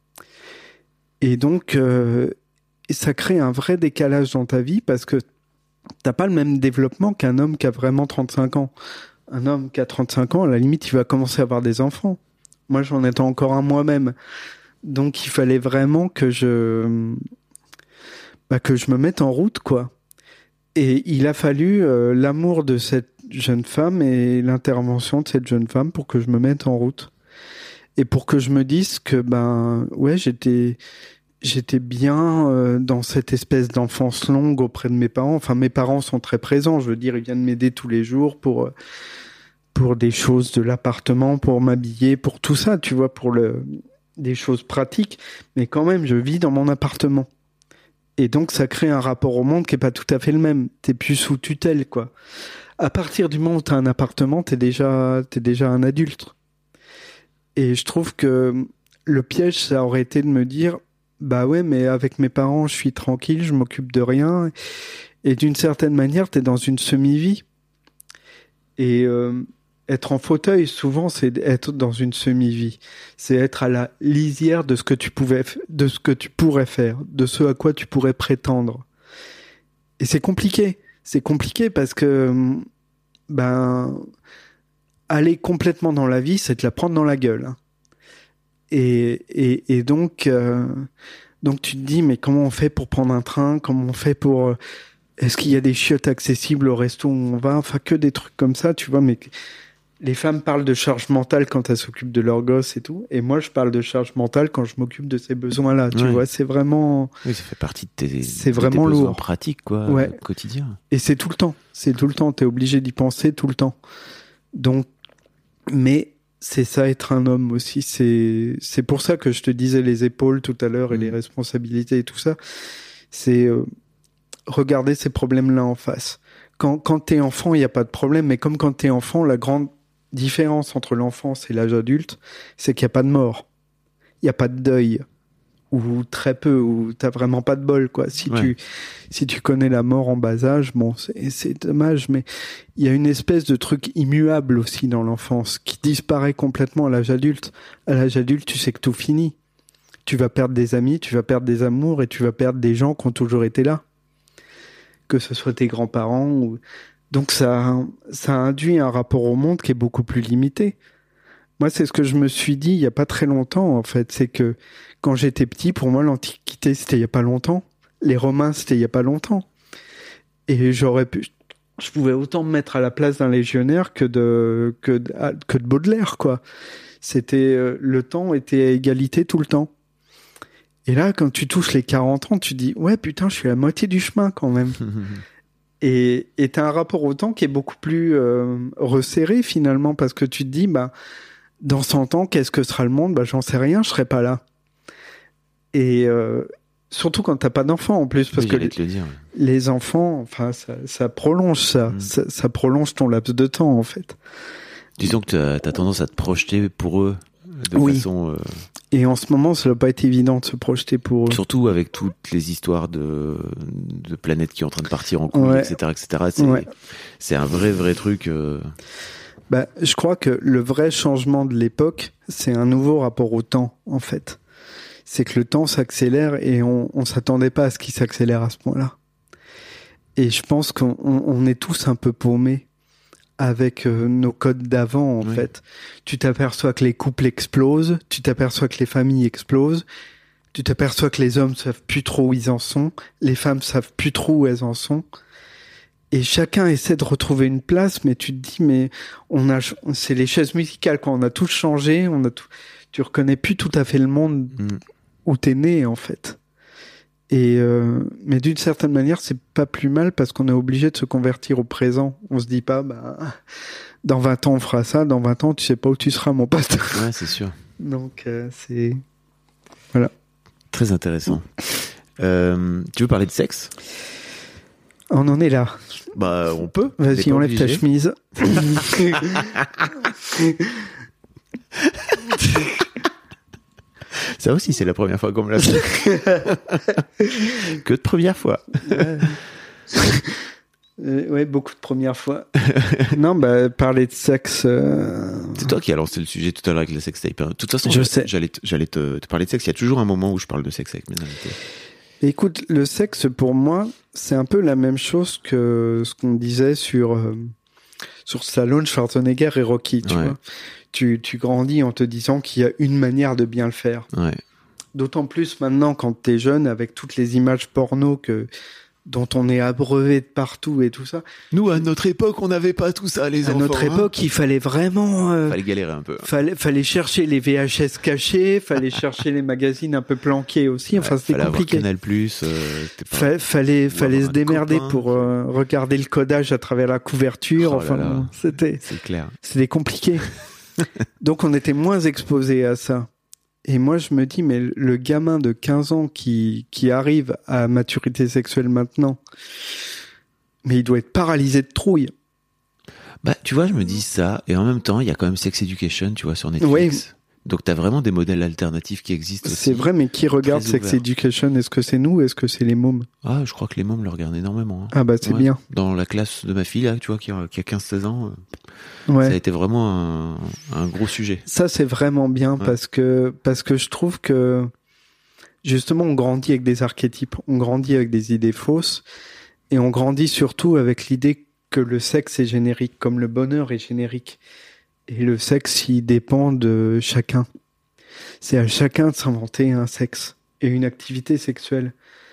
Et donc, euh, ça crée un vrai décalage dans ta vie parce que t'as pas le même développement qu'un homme qui a vraiment trente-cinq ans. Un homme qui a trente-cinq ans, à la limite, il va commencer à avoir des enfants. Moi, j'en étais encore un moi-même. Donc, il fallait vraiment que je, bah, que je me mette en route, quoi. Et il a fallu euh, l'amour de cette jeune femme et l'intervention de cette jeune femme pour que je me mette en route. Et pour que je me dise que, ben, ouais, j'étais, j'étais bien euh, dans cette espèce d'enfance longue auprès de mes parents. Enfin, mes parents sont très présents. Je veux dire, ils viennent m'aider tous les jours pour, pour des choses de l'appartement, pour m'habiller, pour tout ça, tu vois, pour le, des choses pratiques. Mais quand même, je vis dans mon appartement. Et donc, ça crée un rapport au monde qui est pas tout à fait le même. T'es plus sous tutelle, quoi. À partir du moment où t'as un appartement, t'es déjà, t'es déjà un adulte. Et je trouve que le piège, ça aurait été de me dire, bah ouais, mais avec mes parents, je suis tranquille, je m'occupe de rien. Et d'une certaine manière, t'es dans une semi-vie. Et euh, être en fauteuil, souvent, c'est être dans une semi-vie. C'est être à la lisière de ce que tu pouvais, de ce que tu pourrais faire, de ce à quoi tu pourrais prétendre. Et c'est compliqué. C'est compliqué parce que, ben, aller complètement dans la vie, c'est te la prendre dans la gueule. Et, et, et donc, euh, donc tu te dis, mais comment on fait pour prendre un train? Comment on fait pour, euh, est-ce qu'il y a des chiottes accessibles au resto où on va? Enfin, que des trucs comme ça, tu vois, mais les femmes parlent de charge mentale quand elles s'occupent de leurs gosses et tout. Et moi, je parle de charge mentale quand je m'occupe de ces besoins-là. Tu ouais. vois, c'est vraiment... Oui, ça fait partie de tes, c'est de vraiment tes besoins lourd. pratiques, quoi, ouais. euh, quotidien. Et c'est tout le temps. C'est tout le temps. T'es obligé d'y penser tout le temps. Donc, mais c'est ça, être un homme aussi. C'est, c'est pour ça que je te disais les épaules tout à l'heure et mmh. les responsabilités et tout ça. C'est euh, regarder ces problèmes-là en face. Quand, quand t'es enfant, il n'y a pas de problème. Mais comme quand t'es enfant, la grande différence entre l'enfance et l'âge adulte, c'est qu'il n'y a pas de mort. Il n'y a pas de deuil. Ou très peu, ou t'as vraiment pas de bol, quoi. Si ouais. tu, si tu connais la mort en bas âge, bon, c'est, c'est dommage, mais il y a une espèce de truc immuable aussi dans l'enfance, qui disparaît complètement à l'âge adulte. À l'âge adulte, tu sais que tout finit. Tu vas perdre des amis, tu vas perdre des amours, et tu vas perdre des gens qui ont toujours été là. Que ce soit tes grands-parents, ou... Donc ça, ça induit un rapport au monde qui est beaucoup plus limité. Moi, c'est ce que je me suis dit il y a pas très longtemps, en fait. C'est que quand j'étais petit, pour moi, l'Antiquité, c'était il y a pas longtemps. Les Romains, c'était il y a pas longtemps. Et j'aurais pu, je pouvais autant me mettre à la place d'un légionnaire que de, que de, que de Baudelaire, quoi. C'était, le temps était à égalité tout le temps. Et là, quand tu touches les quarante ans, tu dis, ouais, putain, je suis à la moitié du chemin, quand même. Et, et t'as un rapport au temps qui est beaucoup plus euh, resserré, finalement, parce que tu te dis, bah, dans cent ans, qu'est-ce que sera le monde? Bah, j'en sais rien, je serai pas là. Et euh, surtout quand t'as pas d'enfants, en plus, parce oui, que les, le dire, ouais. les enfants, enfin, ça, ça prolonge ça. Mmh. ça. Ça prolonge ton laps de temps, en fait. Disons que t'as, t'as tendance à te projeter pour eux de oui. façon... Euh... Et en ce moment, ça doit pas être évident de se projeter pour eux. Surtout avec toutes les histoires de, de planètes qui sont en train de partir en couille, ouais. et cetera, et cetera. C'est, ouais. c'est un vrai, vrai truc... Euh... Bah, je crois que le vrai changement de l'époque, c'est un nouveau rapport au temps, en fait. C'est que le temps s'accélère et on, on s'attendait pas à ce qu'il s'accélère à ce point-là. Et je pense qu'on on, on est tous un peu paumés avec euh, nos codes d'avant, en oui. fait. Tu t'aperçois que les couples explosent, tu t'aperçois que les familles explosent, tu t'aperçois que les hommes savent plus trop où ils en sont, les femmes savent plus trop où elles en sont. Et chacun essaie de retrouver une place, mais tu te dis, mais on a, c'est les chaises musicales, quoi. On a tous changé, on a tout, tu reconnais plus tout à fait le monde mmh. où t'es né, en fait. Et, euh, mais d'une certaine manière, c'est pas plus mal parce qu'on est obligé de se convertir au présent. On se dit pas, bah, dans vingt ans, on fera ça, dans vingt ans, tu sais pas où tu seras, mon pote. Ouais, c'est sûr. Donc, euh, c'est, voilà. Très intéressant. Euh, tu veux parler de sexe ? On en est là. Bah, on peut. Vas-y, enlève obligé. Ta chemise. Ça aussi, c'est la première fois qu'on me l'a fait. Que de première fois. Ouais. Euh, ouais, beaucoup de premières fois. Non, bah, parler de sexe. Euh... C'est toi qui as lancé le sujet tout à l'heure avec le sextape. De toute façon, je sais. j'allais, t- j'allais te, te parler de sexe. Il y a toujours un moment où je parle de sexe avec mes invités. Écoute, le sexe, pour moi, c'est un peu la même chose que ce qu'on disait sur, euh, sur Stallone, Schwarzenegger et Rocky. Tu, ouais. vois tu, tu grandis en te disant qu'il y a une manière de bien le faire. Ouais. D'autant plus maintenant, quand t'es jeune, avec toutes les images porno que. dont on est abreuvé de partout et tout ça. Nous, à notre époque, on n'avait pas tout ça, les à enfants. À notre époque, hein. Il fallait vraiment... Euh, fallait galérer un peu. Fallait, fallait chercher les V H S cachés, fallait chercher les magazines un peu planqués aussi. Enfin, ouais, c'était compliqué. Canal plus, euh, pas... Fa- fallait fallait se démerder copain, pour euh, regarder le codage à travers la couverture. Oh enfin, là là. c'était... C'est clair. C'était compliqué. Donc, on était moins exposés à ça. Et moi, je me dis, mais le gamin de quinze ans qui, qui arrive à maturité sexuelle maintenant, mais il doit être paralysé de trouille. Bah, tu vois, je me dis ça, et en même temps, il y a quand même Sex Education, tu vois, sur Netflix. Oui. Donc, t'as vraiment des modèles alternatifs qui existent aussi. C'est vrai, mais qui regarde Sex Education ? Est-ce que c'est nous ? Est-ce que c'est les mômes ? Ah, je crois que les mômes le regardent énormément. Hein. Ah bah, c'est ouais. bien. Dans la classe de ma fille, là, tu vois, qui a, qui a quinze seize ans, ouais. ça a été vraiment un, un gros sujet. Ça, c'est vraiment bien, ouais. parce que, parce que je trouve que, justement, on grandit avec des archétypes, on grandit avec des idées fausses, et on grandit surtout avec l'idée que le sexe est générique, comme le bonheur est générique. Et le sexe, il dépend de chacun. C'est à chacun de s'inventer un sexe et une activité sexuelle.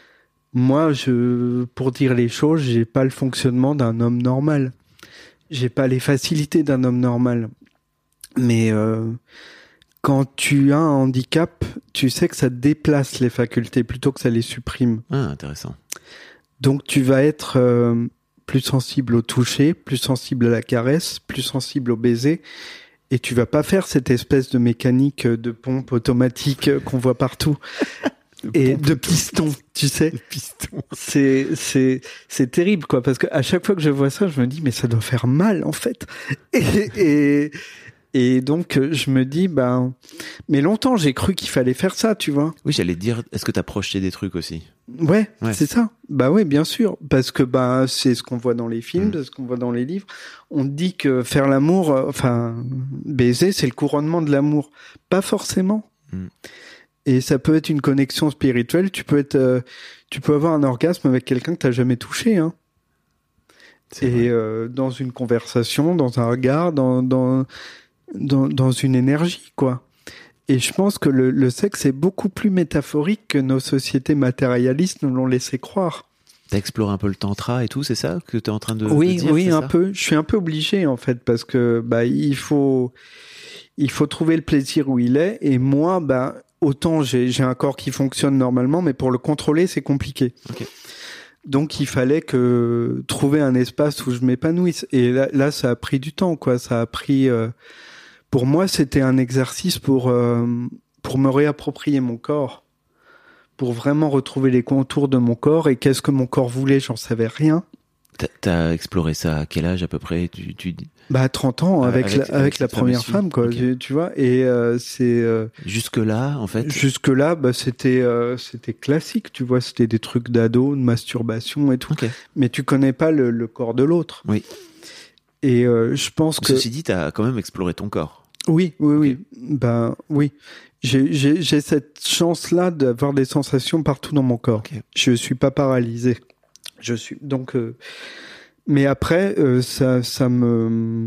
Moi, je, pour dire les choses, j'ai pas le fonctionnement d'un homme normal. J'ai pas les facilités d'un homme normal. Mais euh, quand tu as un handicap, tu sais que ça déplace les facultés plutôt que ça les supprime. Ah, intéressant. Donc tu vas être euh, plus sensible au toucher, plus sensible à la caresse, plus sensible au baiser, et tu vas pas faire cette espèce de mécanique de pompe automatique qu'on voit partout. de et de piston, tu sais. De piston. C'est, c'est, c'est terrible, quoi, parce que à chaque fois que je vois ça, je me dis, mais ça doit faire mal, en fait. Et, et, et donc, je me dis, ben, mais longtemps, j'ai cru qu'il fallait faire ça, tu vois. Oui, j'allais te dire, est-ce que t'as projeté des trucs aussi? Ouais, ouais, c'est ça. Bah ouais, bien sûr. Parce que, bah, c'est ce qu'on voit dans les films, mmh. c'est ce qu'on voit dans les livres. On dit que faire l'amour, euh, enfin, baiser, c'est le couronnement de l'amour. Pas forcément. Mmh. Et ça peut être une connexion spirituelle. Tu peux être, euh, tu peux avoir un orgasme avec quelqu'un que t'as jamais touché, hein. C'est et euh, dans une conversation, dans un regard, dans dans dans, dans une énergie, quoi. Et je pense que le, le sexe est beaucoup plus métaphorique que nos sociétés matérialistes nous l'ont laissé croire. T'as exploré un peu le tantra et tout, c'est ça que t'es en train de, oui, de dire? Oui, oui, un ça peu. Je suis un peu obligé en fait parce que bah il faut il faut trouver le plaisir où il est. Et moi, bah autant j'ai j'ai un corps qui fonctionne normalement, mais pour le contrôler c'est compliqué. Okay. Donc il fallait que trouver un espace où je m'épanouisse. Et là, là ça a pris du temps, quoi. Ça a pris. Euh, pour moi, c'était un exercice pour euh, pour me réapproprier mon corps, pour vraiment retrouver les contours de mon corps et qu'est-ce que mon corps voulait. J'en savais rien. T'as, t'as exploré ça à quel âge à peu près? Tu, tu... Bah trente ans avec avec, la, avec, avec la première femme, quoi. Okay. Tu, tu vois. Et euh, c'est euh, jusque là, en fait. Jusque là, bah c'était euh, c'était classique, tu vois. C'était des trucs d'ado, de masturbation et tout. Okay. Mais tu connais pas le, le corps de l'autre. Oui. Et euh, je pense que. Ceci dit, t'as quand même exploré ton corps. Oui, oui, oui. Okay. Ben oui. J'ai, j'ai, j'ai cette chance-là d'avoir des sensations partout dans mon corps. Okay. Je suis pas paralysé. Je suis donc. Euh... Mais après, euh, ça, ça me,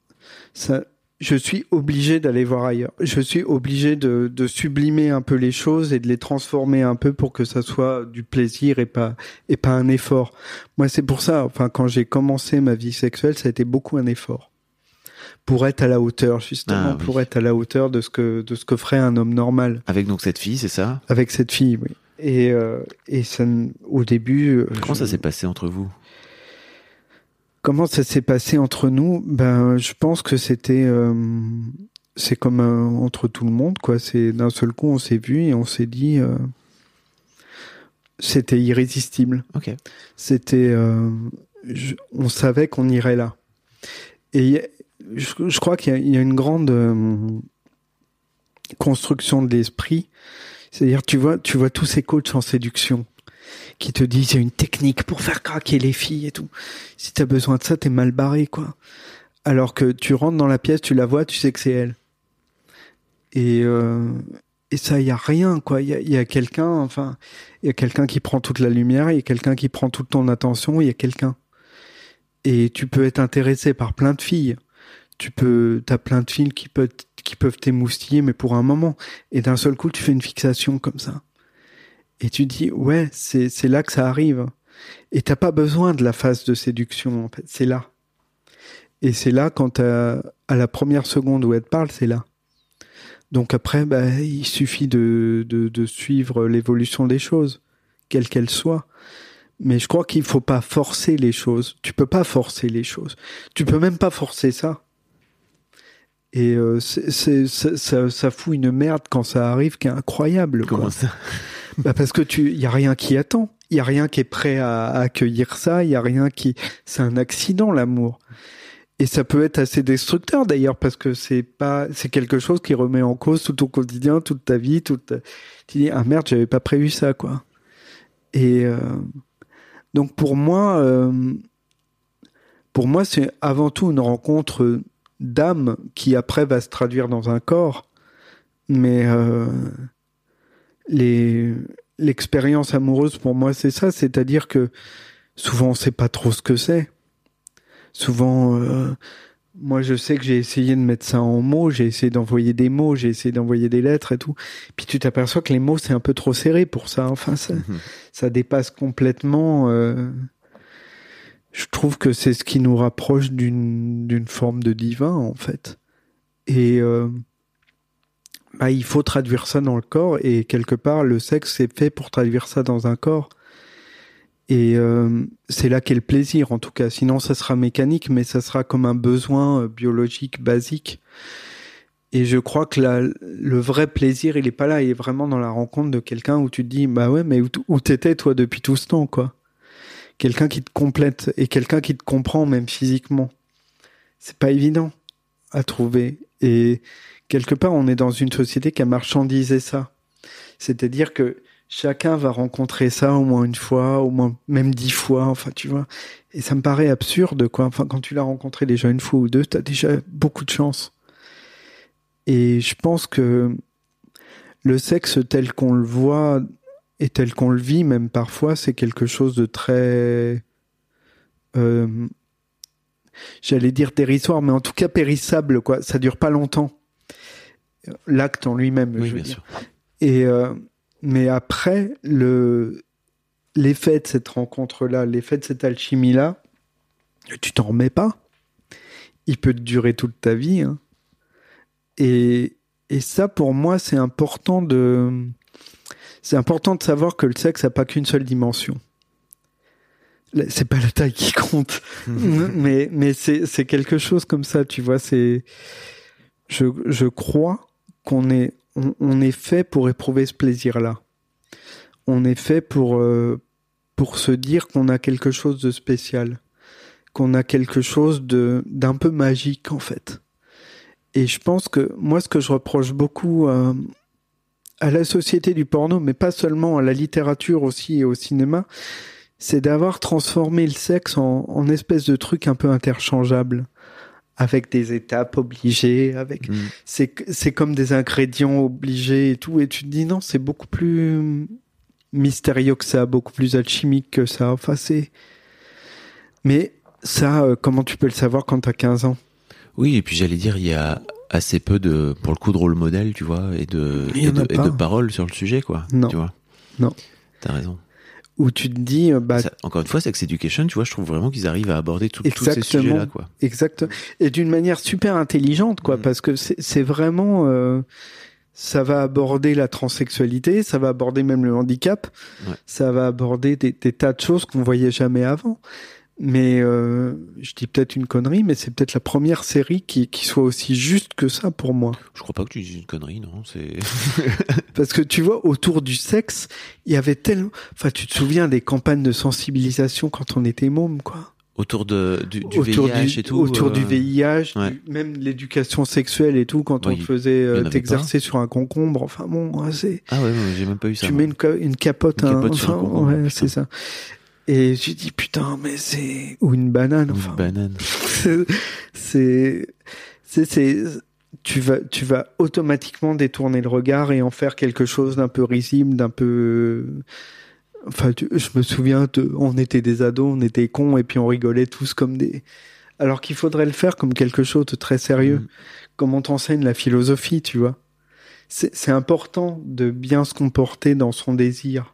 ça, je suis obligé d'aller voir ailleurs. Je suis obligé de, de sublimer un peu les choses et de les transformer un peu pour que ça soit du plaisir et pas, et pas un effort. Moi, c'est pour ça. Enfin, quand j'ai commencé ma vie sexuelle, ça a été beaucoup un effort. Pour être à la hauteur, justement, ah, oui. pour être à la hauteur de ce que de ce que ferait un homme normal. Avec donc cette fille, c'est ça? Avec cette fille, oui. Et euh, et ça, au début. Comment je... ça s'est passé entre vous? Comment ça s'est passé entre nous? Ben, je pense que c'était euh, c'est comme euh, entre tout le monde, quoi. C'est d'un seul coup, on s'est vu et on s'est dit, euh, c'était irrésistible. Ok. C'était, euh, je, on savait qu'on irait là. Et je, je crois qu'il y a, il y a une grande euh, construction de l'esprit. C'est-à-dire, tu vois, tu vois tous ces coachs en séduction qui te disent il y a une technique pour faire craquer les filles et tout. Si t'as besoin de ça, t'es mal barré, quoi. Alors que tu rentres dans la pièce, tu la vois, tu sais que c'est elle. Et euh, et ça, il y a rien, quoi. Il y a, il y a quelqu'un, enfin, il y a quelqu'un qui prend toute la lumière, il y a quelqu'un qui prend toute ton attention, il y a quelqu'un. Et tu peux être intéressé par plein de filles. Tu peux, t'as plein de filles qui peuvent qui peuvent t'émoustiller, mais pour un moment. Et d'un seul coup, tu fais une fixation comme ça. Et tu dis, ouais, c'est, c'est là que ça arrive. Et t'as pas besoin de la phase de séduction, en fait. C'est là. Et c'est là, quand t'as, à la première seconde où elle te parle, c'est là. Donc après, bah, il suffit de, de, de suivre l'évolution des choses, quelle qu'elle soit. Mais je crois qu'il faut pas forcer les choses. Tu peux pas forcer les choses. Tu peux même pas forcer ça. Et euh, c'est, c'est, ça, ça, ça fout une merde quand ça arrive qui est incroyable. Comment quoi. ça? Bah parce que tu, y a rien qui attend. Il y a rien qui est prêt à, à accueillir ça. Il y a rien qui, c'est un accident, l'amour. Et ça peut être assez destructeur d'ailleurs parce que c'est pas, c'est quelque chose qui remet en cause tout ton quotidien, toute ta vie, toute. Tu dis ah merde, j'avais pas prévu ça quoi. Et euh, donc pour moi, euh, pour moi c'est avant tout une rencontre d'âme qui après va se traduire dans un corps, mais euh, les l'expérience amoureuse pour moi c'est ça, c'est-à-dire que souvent on sait pas trop ce que c'est. Souvent, euh, moi je sais que j'ai essayé de mettre ça en mots, j'ai essayé d'envoyer des mots, j'ai essayé d'envoyer des lettres et tout. Puis tu t'aperçois que les mots c'est un peu trop serré pour ça. Enfin, ça, mmh. ça dépasse complètement. Euh... Je trouve que c'est ce qui nous rapproche d'une d'une forme de divin en fait. Et euh, bah, il faut traduire ça dans le corps et quelque part le sexe c'est fait pour traduire ça dans un corps. Et euh, c'est là qu'est le plaisir, en tout cas. Sinon, ça sera mécanique, mais ça sera comme un besoin euh, biologique basique. Et je crois que la, le vrai plaisir, il est pas là. Il est vraiment dans la rencontre de quelqu'un où tu te dis, bah ouais, mais où, où t'étais, toi, depuis tout ce temps, quoi. Quelqu'un qui te complète et quelqu'un qui te comprend, même physiquement. C'est pas évident à trouver. Et quelque part, on est dans une société qui a marchandisé ça. C'est-à-dire que chacun va rencontrer ça au moins une fois, au moins même dix fois, enfin tu vois. Et ça me paraît absurde, quoi. Enfin, quand tu l'as rencontré déjà une fois ou deux, t'as déjà beaucoup de chance. Et je pense que le sexe tel qu'on le voit et tel qu'on le vit, même parfois, c'est quelque chose de très, euh, j'allais dire dérisoire, mais en tout cas périssable, quoi. Ça dure pas longtemps. L'acte en lui-même, oui, je veux bien dire. sûr. Et euh, mais après, le, l'effet de cette rencontre-là, l'effet de cette alchimie-là, tu t'en remets pas. Il peut te durer toute ta vie. Hein. Et, et ça, pour moi, c'est important de, c'est important de savoir que le sexe n'a pas qu'une seule dimension. C'est pas la taille qui compte. mais, mais c'est, c'est quelque chose comme ça, tu vois. C'est, je, je crois qu'on est, On, on est fait pour éprouver ce plaisir-là. On est fait pour, euh, pour se dire qu'on a quelque chose de spécial, qu'on a quelque chose de, d'un peu magique, en fait. Et je pense que, moi, ce que je reproche beaucoup euh, à la société du porno, mais pas seulement à la littérature aussi et au cinéma, c'est d'avoir transformé le sexe en, en espèce de truc un peu interchangeable. Avec des étapes obligées, avec, mmh. c'est, c'est comme des ingrédients obligés et tout, et tu te dis non, c'est beaucoup plus mystérieux que ça, beaucoup plus alchimique que ça, enfin c'est, mais ça, euh, comment tu peux le savoir quand t'as quinze ans? Oui, et puis j'allais dire, il y a assez peu de, pour le coup, de rôle modèle, tu vois, et de, et de, et de paroles sur le sujet, quoi. Non. Tu vois. Non. T'as raison. Où tu te dis, bah, ça, encore une fois, Sex Education, tu vois, je trouve vraiment qu'ils arrivent à aborder tout, tous ces sujets-là, quoi. Exactement. Et d'une manière super intelligente, quoi, mmh. parce que c'est, c'est vraiment, euh, ça va aborder la transsexualité, ça va aborder même le handicap, ouais. ça va aborder des, des tas de choses qu'on voyait jamais avant. Mais euh, je dis peut-être une connerie, mais c'est peut-être la première série qui, qui soit aussi juste que ça pour moi. Je crois pas que tu dises une connerie, non. C'est Parce que tu vois, autour du sexe, il y avait tellement... Enfin, tu te souviens des campagnes de sensibilisation quand on était môme, quoi. Autour de, du, du autour V I H du, et tout. Autour euh... du V I H, ouais. du, même l'éducation sexuelle et tout, quand Ouais, on te faisait euh, avait t'exercer sur un concombre. Enfin bon, ouais, c'est... Ah ouais, ouais, j'ai même pas eu ça. Tu moi. mets une, ca- une capote, Une hein, capote sur un enfin, concombre, ouais, putain. c'est ça. Et j'ai dit, putain, mais c'est... Ou une banane, Ou enfin. Une banane. c'est... C'est... c'est... Tu vas, tu vas automatiquement détourner le regard et en faire quelque chose d'un peu risible, d'un peu... Enfin, tu, je me souviens, de, on était des ados, on était cons, et puis on rigolait tous comme des... Alors qu'il faudrait le faire comme quelque chose de très sérieux, mmh. comme on t'enseigne la philosophie, tu vois. C'est, c'est important de bien se comporter dans son désir.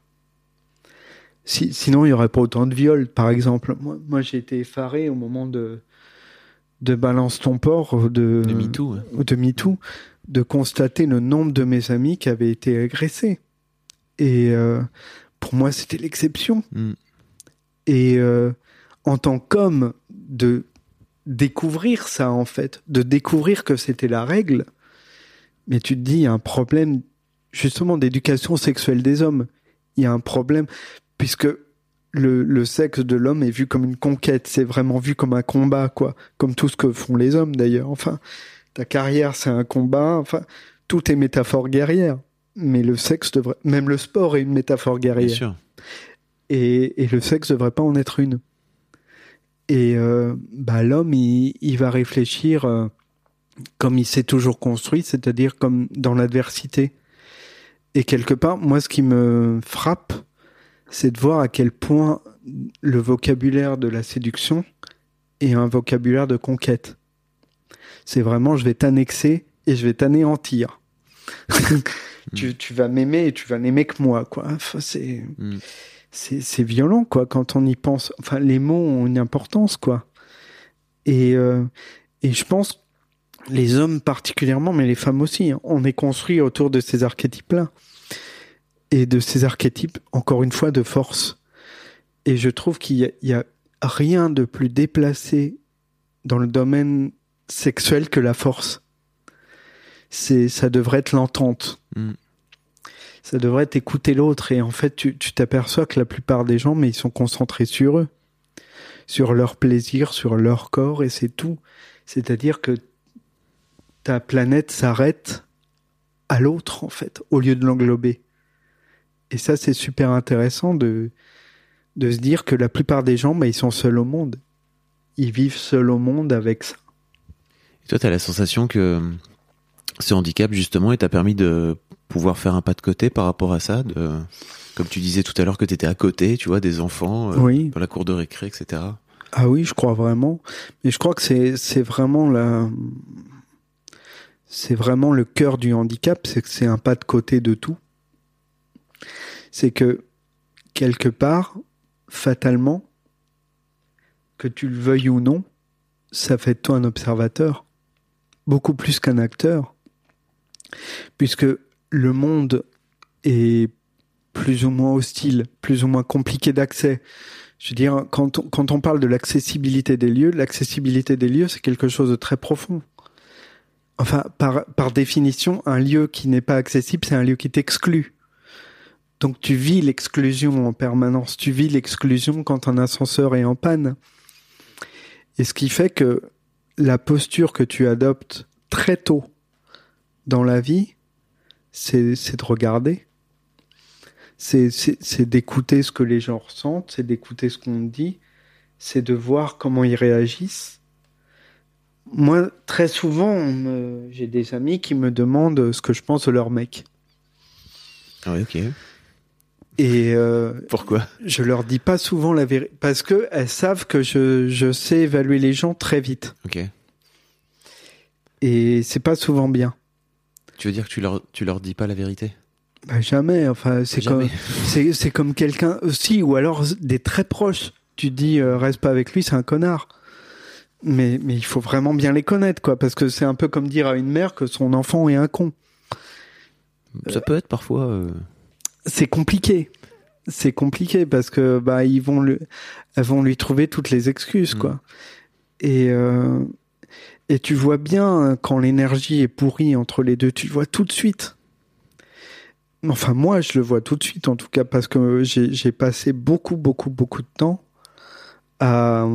Si, sinon, il n'y aurait pas autant de viols, par exemple. Moi, moi j'ai été effaré au moment de, de Balance ton porc, de, de MeToo, ouais. de MeToo, de constater le nombre de mes amis qui avaient été agressés. Et... Euh, pour moi, c'était l'exception. Mm. Et euh, en tant qu'homme, de découvrir ça, en fait, de découvrir que c'était la règle, mais tu te dis, il y a un problème, justement, d'éducation sexuelle des hommes. Il y a un problème, puisque le, le sexe de l'homme est vu comme une conquête, c'est vraiment vu comme un combat, quoi. Comme tout ce que font les hommes, d'ailleurs. Enfin, ta carrière, c'est un combat. Enfin, tout est métaphore guerrière. Mais le sexe devrait... Même le sport est une métaphore guerrière. Bien sûr. Et, et le sexe devrait pas en être une. Et euh, bah, l'homme, il, il va réfléchir euh, comme il s'est toujours construit, c'est-à-dire comme dans l'adversité. Et quelque part, moi, ce qui me frappe, c'est de voir à quel point le vocabulaire de la séduction est un vocabulaire de conquête. C'est vraiment, je vais t'annexer et je vais t'anéantir. Tu, tu vas m'aimer et tu vas n'aimer que moi, quoi. Enfin, c'est, mm. c'est, c'est violent, quoi, quand on y pense. Enfin, les mots ont une importance, quoi. Et, euh, et je pense, les hommes particulièrement, mais les femmes aussi, hein, on est construit autour de ces archétypes-là. Et de ces archétypes, encore une fois, de force. Et je trouve qu'il y a, il y a rien de plus déplacé dans le domaine sexuel que la force. C'est, ça devrait être l'entente. Mm. Ça devrait être écouter l'autre. Et en fait, tu, tu t'aperçois que la plupart des gens, mais ils sont concentrés sur eux, sur leur plaisir, sur leur corps, et c'est tout. C'est-à-dire que ta planète s'arrête à l'autre, en fait, au lieu de l'englober. Et ça, c'est super intéressant de, de se dire que la plupart des gens, bah, ils sont seuls au monde. Ils vivent seuls au monde avec ça. Et toi, t'as la sensation que ce handicap, justement, t'a permis de pouvoir faire un pas de côté par rapport à ça, de, comme tu disais tout à l'heure que t'étais à côté, tu vois, des enfants, euh, oui. dans la cour de récré, et cetera. Ah oui, je crois vraiment. Mais je crois que c'est, c'est vraiment la, c'est vraiment le cœur du handicap, c'est que c'est un pas de côté de tout. C'est que, quelque part, fatalement, que tu le veuilles ou non, ça fait de toi un observateur, beaucoup plus qu'un acteur, puisque le monde est plus ou moins hostile, plus ou moins compliqué d'accès. Je veux dire, quand on, quand on parle de l'accessibilité des lieux, l'accessibilité des lieux, c'est quelque chose de très profond. Enfin, par, par définition, un lieu qui n'est pas accessible, c'est un lieu qui t'exclut. Donc tu vis l'exclusion en permanence, tu vis l'exclusion quand un ascenseur est en panne. Et ce qui fait que la posture que tu adoptes très tôt dans la vie, c'est, c'est de regarder. C'est, c'est, c'est d'écouter ce que les gens ressentent, c'est d'écouter ce qu'on dit, c'est de voir comment ils réagissent. Moi, très souvent, on me... j'ai des amis qui me demandent ce que je pense de leur mec. Ah oui, ok. Et euh, pourquoi ? Je leur dis pas souvent la vérité parce que elles savent que je je sais évaluer les gens très vite. Ok. Et c'est pas souvent bien. Tu veux dire que tu leur tu leur dis pas la vérité ? Bah jamais. Enfin, c'est jamais. comme c'est c'est comme quelqu'un aussi, ou alors des très proches. Tu te dis euh, reste pas avec lui, c'est un connard. Mais mais il faut vraiment bien les connaître, quoi, parce que c'est un peu comme dire à une mère que son enfant est un con. Ça peut être parfois. Euh... C'est compliqué. c'est compliqué parce que bah ils vont lui, elles vont lui trouver toutes les excuses, quoi. Mmh. Et euh, et tu vois bien quand l'énergie est pourrie entre les deux, tu le vois tout de suite. Enfin, moi, je le vois tout de suite, en tout cas, parce que j'ai, j'ai passé beaucoup, beaucoup, beaucoup de temps à,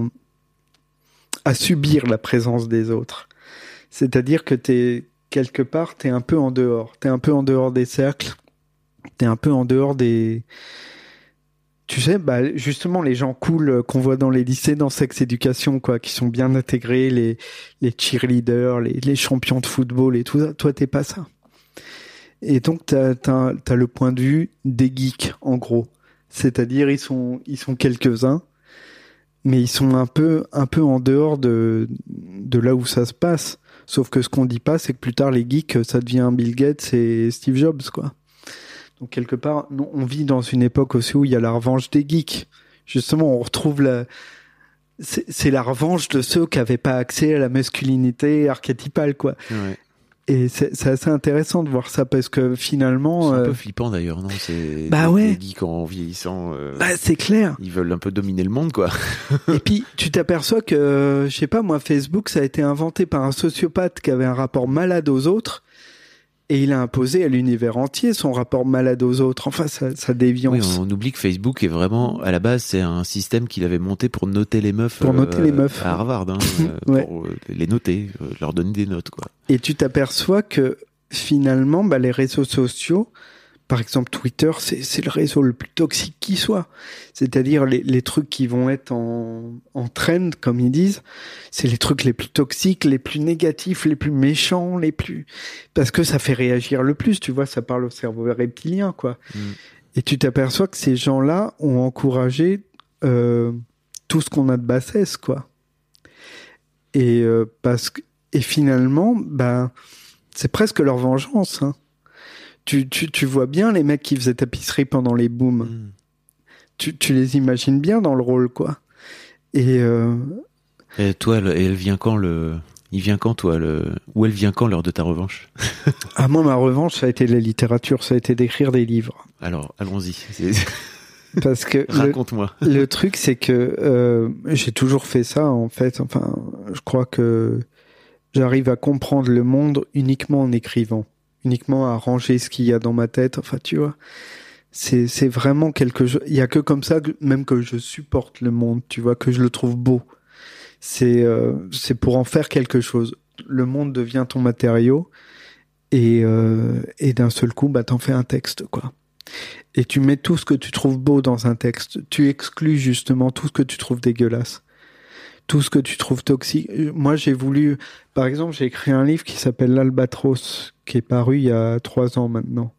à subir la présence des autres. C'est-à-dire que t'es, quelque part, t'es un peu en dehors. T'es un peu en dehors des cercles. T'es un peu en dehors des... Tu sais, bah, justement, les gens cool qu'on voit dans les lycées, dans Sex Education, quoi, qui sont bien intégrés, les, les cheerleaders, les, les champions de football et tout ça. Toi, t'es pas ça. Et donc, t'as, t'as, t'as le point de vue des geeks, en gros. C'est-à-dire, ils sont, ils sont quelques-uns, mais ils sont un peu, un peu en dehors de, de là où ça se passe. Sauf que ce qu'on dit pas, c'est que plus tard, les geeks, ça devient Bill Gates et Steve Jobs, quoi. Donc, quelque part, non, on vit dans une époque aussi où il y a la revanche des geeks. Justement, on retrouve la, c'est, c'est la revanche de ceux qui avaient pas accès à la masculinité archétypale, quoi. Ouais. Et c'est, c'est assez intéressant de voir ça parce que finalement... C'est un euh... peu flippant d'ailleurs, non? C'est bah des, ouais. des geeks en vieillissant. Euh... Bah c'est clair. Ils veulent un peu dominer le monde, quoi. Et puis tu t'aperçois que, je sais pas moi, Facebook, ça a été inventé par un sociopathe qui avait un rapport malade aux autres. Et il a imposé à l'univers entier son rapport malade aux autres. Enfin, ça, ça déviance. Oui, on oublie que Facebook est vraiment, à la base, c'est un système qu'il avait monté pour noter les meufs. Pour euh, noter les meufs. À Harvard, hein, ouais. Pour les noter, leur donner des notes, quoi. Et tu t'aperçois que, finalement, bah, les réseaux sociaux, par exemple Twitter, c'est, c'est le réseau le plus toxique qui soit. C'est-à-dire les, les trucs qui vont être en, en trend, comme ils disent, c'est les trucs les plus toxiques, les plus négatifs, les plus méchants, les plus... Parce que ça fait réagir le plus, tu vois, ça parle au cerveau reptilien, quoi. Mm. Et tu t'aperçois que ces gens-là ont encouragé euh, tout ce qu'on a de bassesse, quoi. Et, euh, parce que, et finalement, ben, c'est presque leur vengeance, hein. Tu, tu, tu vois bien les mecs qui faisaient tapisserie pendant les booms. Mmh. Tu, tu les imagines bien dans le rôle, quoi. Et, euh... et toi, elle, elle vient quand le... Il vient quand, toi le... Ou elle vient quand l'heure de ta revanche? Ah, moi, ma revanche, ça a été la littérature, ça a été d'écrire des livres. Alors, allons-y. Parce que raconte-moi. Le, le truc, c'est que euh, j'ai toujours fait ça, en fait. Enfin, je crois que j'arrive à comprendre le monde uniquement en écrivant. Uniquement à ranger ce qu'il y a dans ma tête, enfin tu vois, c'est c'est vraiment quelque chose. Il y a que comme ça, que, même que je supporte le monde, tu vois, que je le trouve beau. C'est euh, c'est pour en faire quelque chose. Le monde devient ton matériau et euh, et d'un seul coup, bah t'en fais un texte, quoi. Et tu mets tout ce que tu trouves beau dans un texte. Tu exclus justement tout ce que tu trouves dégueulasse. Tout ce que tu trouves toxique. Moi, j'ai voulu... Par exemple, j'ai écrit un livre qui s'appelle L'Albatros, qui est paru il y a trois ans maintenant.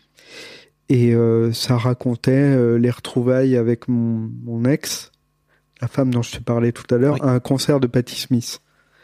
Et euh, ça racontait euh, les retrouvailles avec mon, mon ex, la femme dont je te parlais tout à l'heure, oui. à un concert de Patti Smith.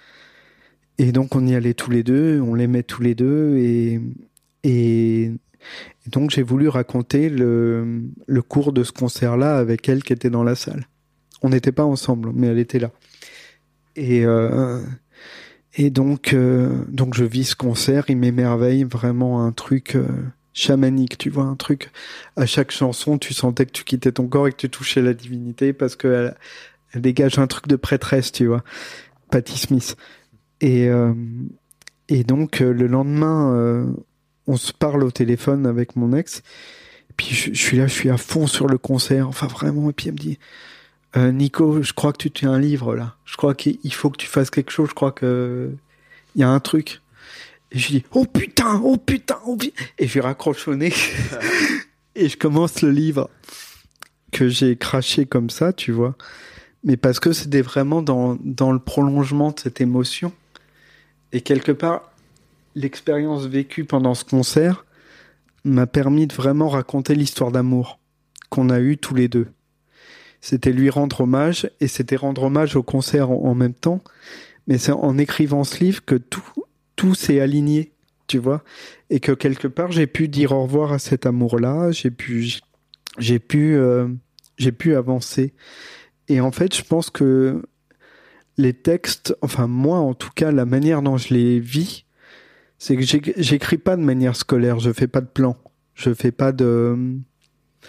Et donc, on y allait tous les deux, on l'aimait tous les deux, et, et, et donc j'ai voulu raconter le, le cours de ce concert-là avec elle qui était dans la salle. On n'était pas ensemble, mais elle était là. Et, euh, et donc, euh, donc je vis ce concert, il m'émerveille, vraiment un truc euh, chamanique, tu vois, un truc. À chaque chanson, tu sentais que tu quittais ton corps et que tu touchais la divinité parce qu'elle elle dégage un truc de prêtresse, tu vois, Patti Smith. Et, euh, et donc, euh, le lendemain, euh, on se parle au téléphone avec mon ex, et puis je, je suis là, je suis à fond sur le concert, enfin vraiment, et puis elle me dit... Euh, Nico, je crois que tu tiens un livre là. Je crois qu'il faut que tu fasses quelque chose. Je crois que il y a un truc. Et je dis oh putain, oh putain, oh putain. Et je raccroche au nez et je commence le livre que j'ai craché comme ça, tu vois. Mais parce que c'était vraiment dans dans le prolongement de cette émotion. Et quelque part, l'expérience vécue pendant ce concert m'a permis de vraiment raconter l'histoire d'amour qu'on a eue tous les deux. C'était lui rendre hommage, et c'était rendre hommage au concert en, en même temps. Mais c'est en écrivant ce livre que tout, tout s'est aligné, tu vois. Et que quelque part, j'ai pu dire au revoir à cet amour-là, j'ai pu, j'ai pu, euh, j'ai pu avancer. Et en fait, je pense que les textes, enfin moi en tout cas, la manière dont je les vis, c'est que j'écris pas de manière scolaire, je fais pas de plan, je fais pas de...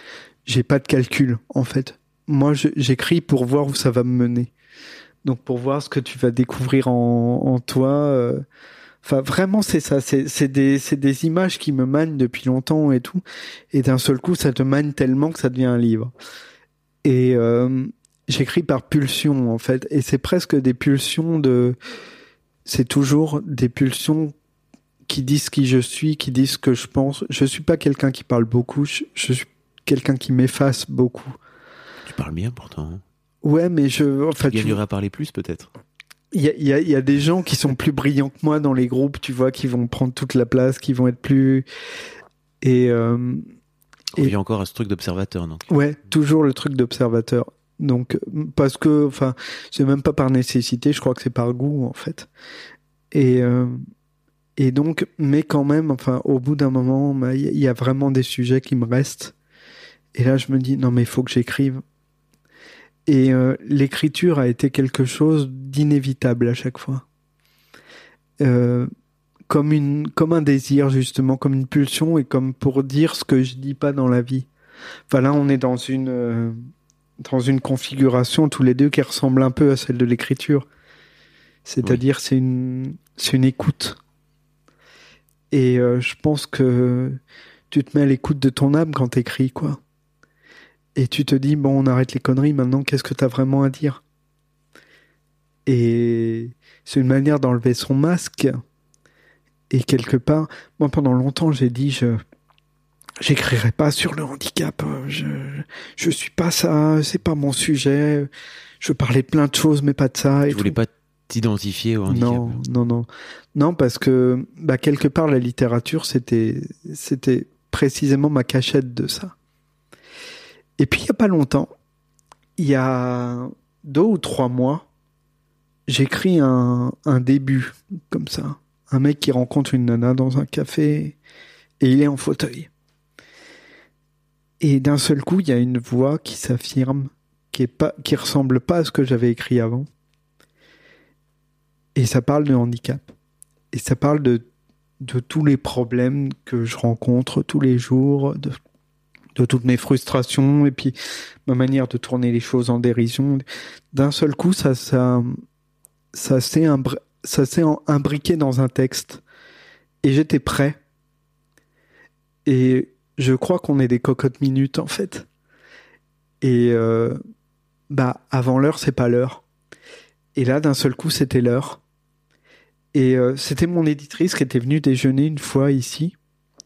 j'ai pas de calcul, en fait. Moi, je, j'écris pour voir où ça va me mener. Donc, pour voir ce que tu vas découvrir en, en toi. Euh... Enfin, vraiment, c'est ça. C'est, c'est des, c'est des images qui me mannent depuis longtemps et tout. Et d'un seul coup, ça te manne tellement que ça devient un livre. Et euh, j'écris par pulsion, en fait. Et c'est presque des pulsions de... C'est toujours des pulsions qui disent qui je suis, qui disent ce que je pense. Je suis pas quelqu'un qui parle beaucoup. Je, je suis quelqu'un qui m'efface beaucoup. Tu parles bien, pourtant. Hein. Ouais, mais je... Enfin, tu gagnerais tu... à parler plus, peut-être. Il y a, y, a, y a des gens qui sont plus brillants que moi dans les groupes, tu vois, qui vont prendre toute la place, qui vont être plus... Et... Euh... On vient encore à ce truc d'observateur, donc. Ouais, toujours le truc d'observateur. Donc, parce que, enfin, c'est même pas par nécessité, je crois que c'est par goût, en fait. Et, euh, et donc, mais quand même, enfin, au bout d'un moment, il bah, y, y a vraiment des sujets qui me restent. Et là, je me dis, non, mais il faut que j'écrive. Et euh, l'écriture a été quelque chose d'inévitable à chaque fois. Euh, comme une, comme un désir, justement, comme une pulsion, et comme pour dire ce que je dis pas dans la vie. Enfin, là, on est dans une... Euh, dans une configuration tous les deux qui ressemble un peu à celle de l'écriture. C'est-à-dire, oui. c'est une, c'est une écoute. Et euh, je pense que tu te mets à l'écoute de ton âme quand t'écris, quoi. Et tu te dis, bon, on arrête les conneries, maintenant, qu'est-ce que t'as vraiment à dire? Et c'est une manière d'enlever son masque. Et quelque part, moi, pendant longtemps, j'ai dit, je... j'écrirai pas sur le handicap, je, je suis pas ça, c'est pas mon sujet, je parlais de plein de choses, mais pas de ça. Et tu voulais tout. pas t'identifier au handicap? Non, non, non. Non, parce que, bah, quelque part, la littérature, c'était, c'était précisément ma cachette de ça. Et puis, il y a pas longtemps, il y a deux ou trois mois, j'écris un, un début, comme ça. Un mec qui rencontre une nana dans un café, et il est en fauteuil. Et d'un seul coup, il y a une voix qui s'affirme, qui est pas, qui ressemble pas à ce que j'avais écrit avant. Et ça parle de handicap. Et ça parle de, de tous les problèmes que je rencontre tous les jours, de, de toutes mes frustrations, et puis ma manière de tourner les choses en dérision. D'un seul coup, ça, ça, ça s'est imbr- ça s'est imbriqué dans un texte. Et j'étais prêt. Et je crois qu'on est des cocottes minutes, en fait. Et euh, bah, avant l'heure, c'est pas l'heure. Et là, d'un seul coup, c'était l'heure. Et euh, c'était mon éditrice qui était venue déjeuner une fois ici.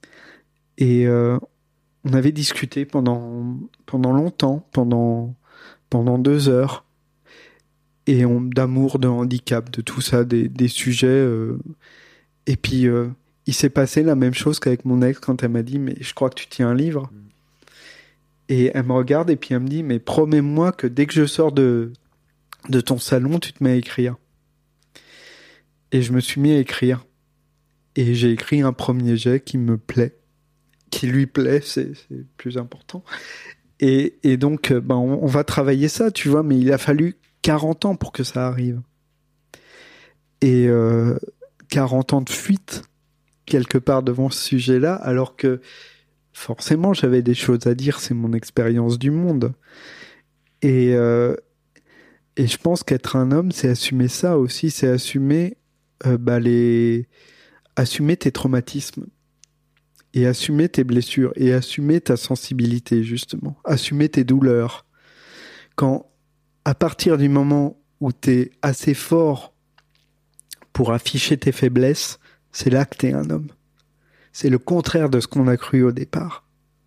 Et euh, on avait discuté pendant, pendant longtemps, pendant, pendant deux heures. Et on, d'amour, de handicap, de tout ça, des, des sujets. Euh, et puis... Euh, il s'est passé la même chose qu'avec mon ex quand elle m'a dit « Mais je crois que tu tiens un livre. » Et elle me regarde et puis elle me dit « Mais promets-moi que dès que je sors de, de ton salon, tu te mets à écrire. » Et je me suis mis à écrire. Et j'ai écrit un premier jet qui me plaît. Qui lui plaît, c'est, c'est le plus important. Et, et donc, ben, on, on va travailler ça, tu vois, mais il a fallu quarante ans pour que ça arrive. Et euh, quarante ans de fuite quelque part devant ce sujet-là, alors que forcément j'avais des choses à dire, c'est mon expérience du monde. Et, euh, et je pense qu'être un homme, c'est assumer ça aussi, c'est assumer, euh, bah, les... assumer tes traumatismes, et assumer tes blessures, et assumer ta sensibilité, justement, assumer tes douleurs. Quand, à partir du moment où t'es assez fort pour afficher tes faiblesses, c'est là que t'es un homme. C'est le contraire de ce qu'on a cru au départ.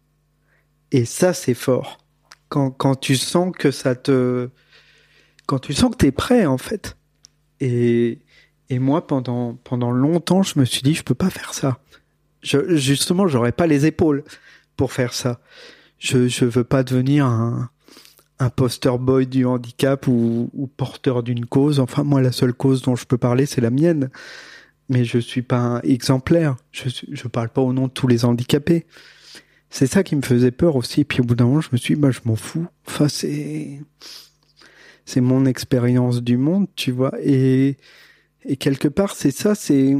Et ça, c'est fort. Quand, quand tu sens que ça te... Quand tu sens que t'es prêt, en fait. Et, et moi, pendant, pendant longtemps, je me suis dit, je peux pas faire ça. Je, justement, j'aurais pas les épaules pour faire ça. Je, je veux pas devenir un, un poster boy du handicap ou, ou porteur d'une cause. Enfin, moi, la seule cause dont je peux parler, c'est la mienne. Mais je suis pas un exemplaire. Je suis, je parle pas au nom de tous les handicapés. C'est ça qui me faisait peur aussi. Et puis au bout d'un moment, je me suis dit, bah, je m'en fous. Enfin, c'est, c'est mon expérience du monde, tu vois. Et, et quelque part, c'est ça, c'est,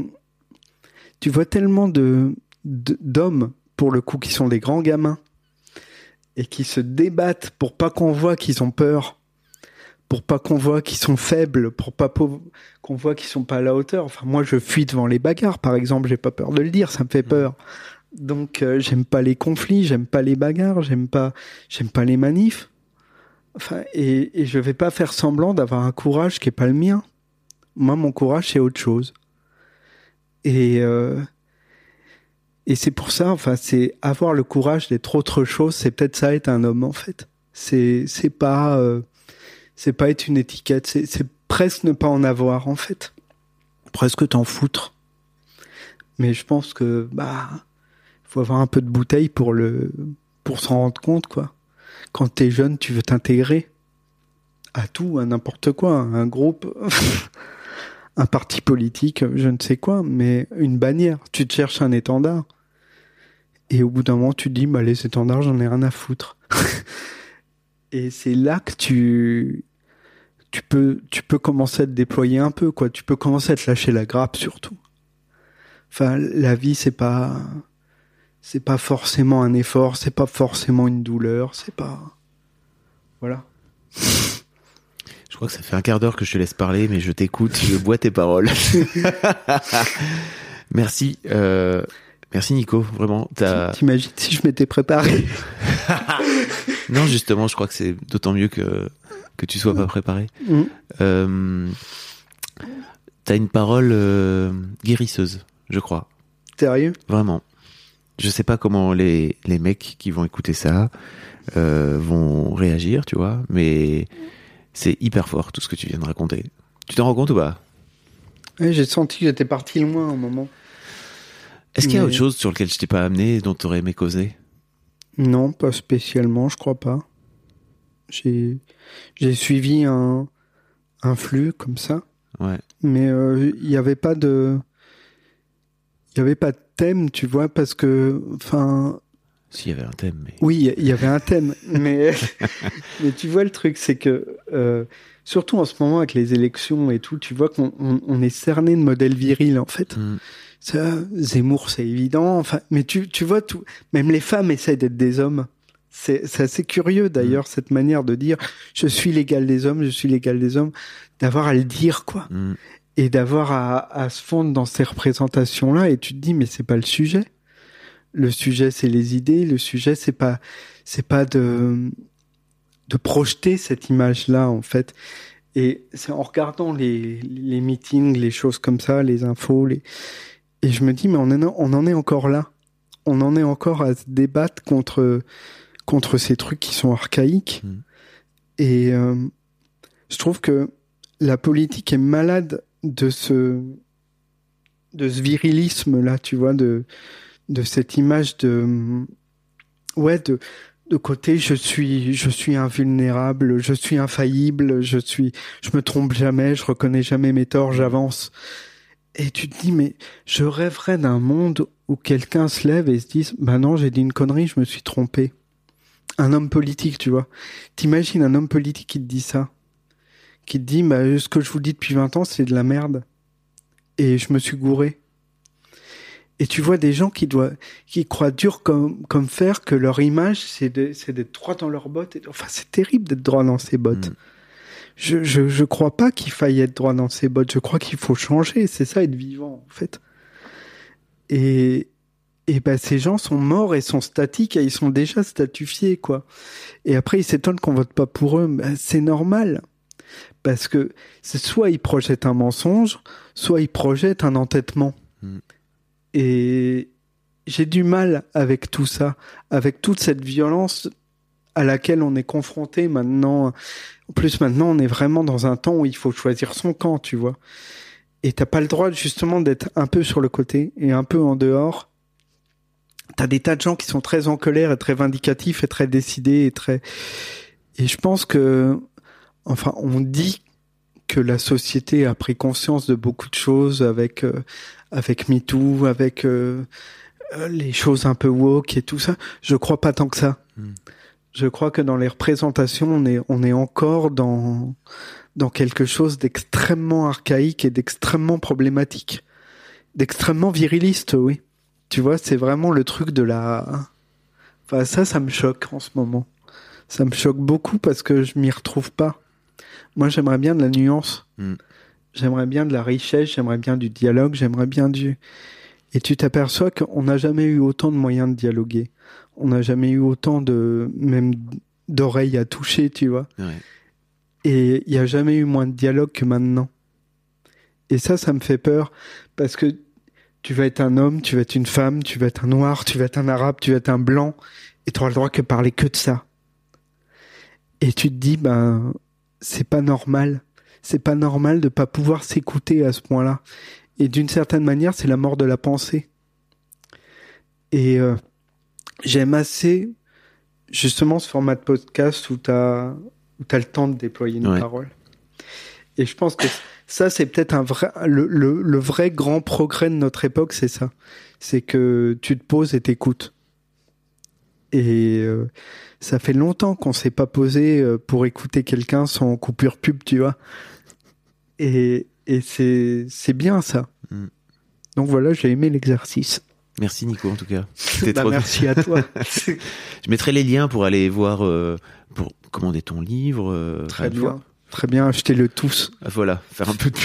tu vois tellement de, de, d'hommes, pour le coup, qui sont des grands gamins, et qui se débattent pour pas qu'on voit qu'ils ont peur, pour pas qu'on voit qu'ils sont faibles, pour pas po- qu'on voit qu'ils sont pas à la hauteur. Enfin, moi, je fuis devant les bagarres, par exemple, j'ai pas peur de le dire, ça me fait peur. Donc, euh, j'aime pas les conflits, j'aime pas les bagarres, j'aime pas, j'aime pas les manifs. Enfin, et, et je vais pas faire semblant d'avoir un courage qui est pas le mien. Moi, mon courage, c'est autre chose. Et, euh, et c'est pour ça, enfin, c'est avoir le courage d'être autre chose, c'est peut-être ça être un homme, en fait. C'est, c'est pas, euh, c'est pas être une étiquette, c'est, c'est presque ne pas en avoir, en fait. Presque t'en foutre. Mais je pense que, bah, faut avoir un peu de bouteille pour le, pour s'en rendre compte, quoi. Quand t'es jeune, tu veux t'intégrer à tout, à n'importe quoi, un groupe, un parti politique, je ne sais quoi, mais une bannière. Tu te cherches un étendard. Et au bout d'un moment, tu te dis, bah, les étendards, j'en ai rien à foutre. Et c'est là que tu, tu peux, tu peux commencer à te déployer un peu, quoi. Tu peux commencer à te lâcher la grappe, surtout. Enfin, la vie, c'est pas, c'est pas forcément un effort, c'est pas forcément une douleur, c'est pas, voilà. Je crois que ça fait un quart d'heure que je te laisse parler, mais je t'écoute, je bois tes paroles. Merci, euh, merci Nico, vraiment. T'as... T'imagines si je m'étais préparé? Non, justement, je crois que c'est d'autant mieux que que tu sois pas préparé. Mmh. Euh, t'as une parole euh, guérisseuse, je crois. Sérieux? Vraiment. Je sais pas comment les les mecs qui vont écouter ça euh, vont réagir, tu vois, mais c'est hyper fort tout ce que tu viens de raconter. Tu t'en rends compte ou pas? Ouais, j'ai senti que j'étais parti loin à un moment. Est-ce qu'il y a Mais... autre chose sur lequel je t'ai pas amené, dont tu aurais aimé causer? Non, pas spécialement, je crois pas. J'ai, j'ai suivi un, un flux comme ça. Ouais. Mais il euh, y avait pas de, il y avait pas de thème, tu vois, parce que, enfin. S'il y avait un thème, mais. Oui, il y avait un thème, mais mais tu vois le truc, c'est que euh, surtout en ce moment avec les élections et tout, tu vois qu'on on, on est cerné de modèles virils en fait. Mm. Ça, Zemmour, c'est évident. Enfin, mais tu tu vois tout, même les femmes essaient d'être des hommes. C'est c'est assez curieux d'ailleurs mm. cette manière de dire je suis l'égal des hommes, je suis l'égal des hommes, d'avoir à le dire quoi, mm. et d'avoir à à se fondre dans ces représentations là. Et tu te dis mais c'est pas le sujet. Le sujet, c'est les idées. Le sujet, c'est pas, c'est pas de, de projeter cette image-là, en fait. Et c'est en regardant les, les meetings, les choses comme ça, les infos, les, et je me dis, mais on en, est, on en est encore là. On en est encore à se débattre contre, contre ces trucs qui sont archaïques. Mmh. Et, euh, je trouve que la politique est malade de ce, de ce virilisme-là, tu vois, de, de cette image de ouais de de côté je suis je suis invulnérable, je suis infaillible, je suis je me trompe jamais, je reconnais jamais mes torts, j'avance. Et tu te dis mais je rêverais d'un monde où quelqu'un se lève et se dise bah non, j'ai dit une connerie, je me suis trompé. Un homme politique, tu vois. T'imagines un homme politique qui te dit ça, qui te dit bah ce que je vous dis depuis vingt ans, c'est de la merde. Et je me suis gouré. Et tu vois des gens qui doivent, qui croient dur comme, comme fer que leur image, c'est, de, c'est d'être droit dans leurs bottes. Et, enfin, c'est terrible d'être droit dans ses bottes. Mmh. Je, je, je crois pas qu'il faille être droit dans ses bottes. Je crois qu'il faut changer. C'est ça, être vivant, en fait. Et, et ben, ces gens sont morts et sont statiques et ils sont déjà statifiés, quoi. Et après, ils s'étonnent qu'on vote pas pour eux. Ben, c'est normal. Parce que c'est soit ils projettent un mensonge, soit ils projettent un entêtement. Mmh. Et j'ai du mal avec tout ça, avec toute cette violence à laquelle on est confronté maintenant. En plus, maintenant, on est vraiment dans un temps où il faut choisir son camp, tu vois. Et t'as pas le droit, justement, d'être un peu sur le côté et un peu en dehors. T'as des tas de gens qui sont très en colère et très vindicatifs et très décidés et très... Et je pense que... Enfin, on dit que la société a pris conscience de beaucoup de choses avec... Euh, avec MeToo, avec euh, les choses un peu woke et tout ça. Je crois pas tant que ça. Mm. Je crois que dans les représentations, on est, on est encore dans, dans quelque chose d'extrêmement archaïque et d'extrêmement problématique. D'extrêmement viriliste, oui. Tu vois, c'est vraiment le truc de la... Enfin, ça, ça me choque en ce moment. Ça me choque beaucoup parce que je m'y retrouve pas. Moi, j'aimerais bien de la nuance. Mm. J'aimerais bien de la richesse, j'aimerais bien du dialogue, j'aimerais bien du... Et tu t'aperçois qu'on n'a jamais eu autant de moyens de dialoguer. On n'a jamais eu autant de... même d'oreilles à toucher, tu vois. Ouais. Et il n'y a jamais eu moins de dialogue que maintenant. Et ça, ça me fait peur parce que tu vas être un homme, tu vas être une femme, tu vas être un noir, tu vas être un arabe, tu vas être un blanc, et tu auras le droit que parler que de ça. Et tu te dis, ben, c'est pas normal. C'est pas normal de pas pouvoir s'écouter à ce point-là. Et d'une certaine manière, c'est la mort de la pensée. Et euh, j'aime assez, justement, ce format de podcast où t'as, où t'as le temps de déployer une ouais. parole. Et je pense que ça, c'est peut-être un vrai, le, le, le vrai grand progrès de notre époque, c'est ça. C'est que tu te poses et t'écoutes. Et euh, ça fait longtemps qu'on s'est pas posé pour écouter quelqu'un sans coupure pub, tu vois. Et, et c'est, c'est bien ça. Mm. Donc voilà, j'ai aimé l'exercice. Merci Nico, en tout cas. C'était bah, trop merci à toi. Je mettrai les liens pour aller voir, euh, pour commander ton livre. Euh, Très bien. Fois. Très bien, achetez-le tous. Ah, voilà, faire un peu de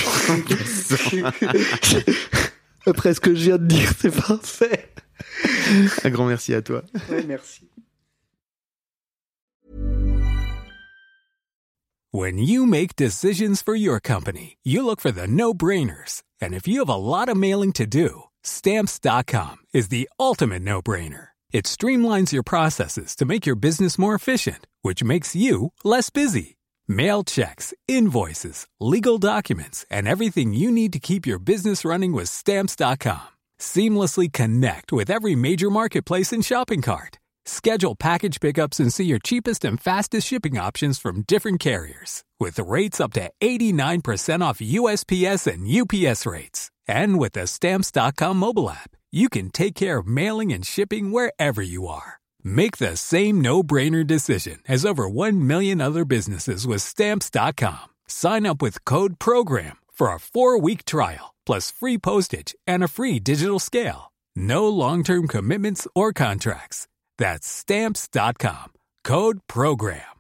pub. Après ce que je viens de dire, c'est parfait. Un grand merci à toi. Ouais, merci. When you make decisions for your company, you look for the no-brainers. And if you have a lot of mailing to do, Stamps dot com is the ultimate no-brainer. It streamlines your processes to make your business more efficient, which makes you less busy. Mail checks, invoices, legal documents, and everything you need to keep your business running with Stamps dot com. Seamlessly connect with every major marketplace and shopping cart. Schedule package pickups and see your cheapest and fastest shipping options from different carriers. With rates up to eighty-nine percent off U S P S and U P S rates. And with the Stamps dot com mobile app, you can take care of mailing and shipping wherever you are. Make the same no-brainer decision as over one million other businesses with Stamps dot com. Sign up with code PROGRAM for a four-week trial, plus free postage and a free digital scale. No long-term commitments or contracts. That's Stamps dot com. Code PROGRAM.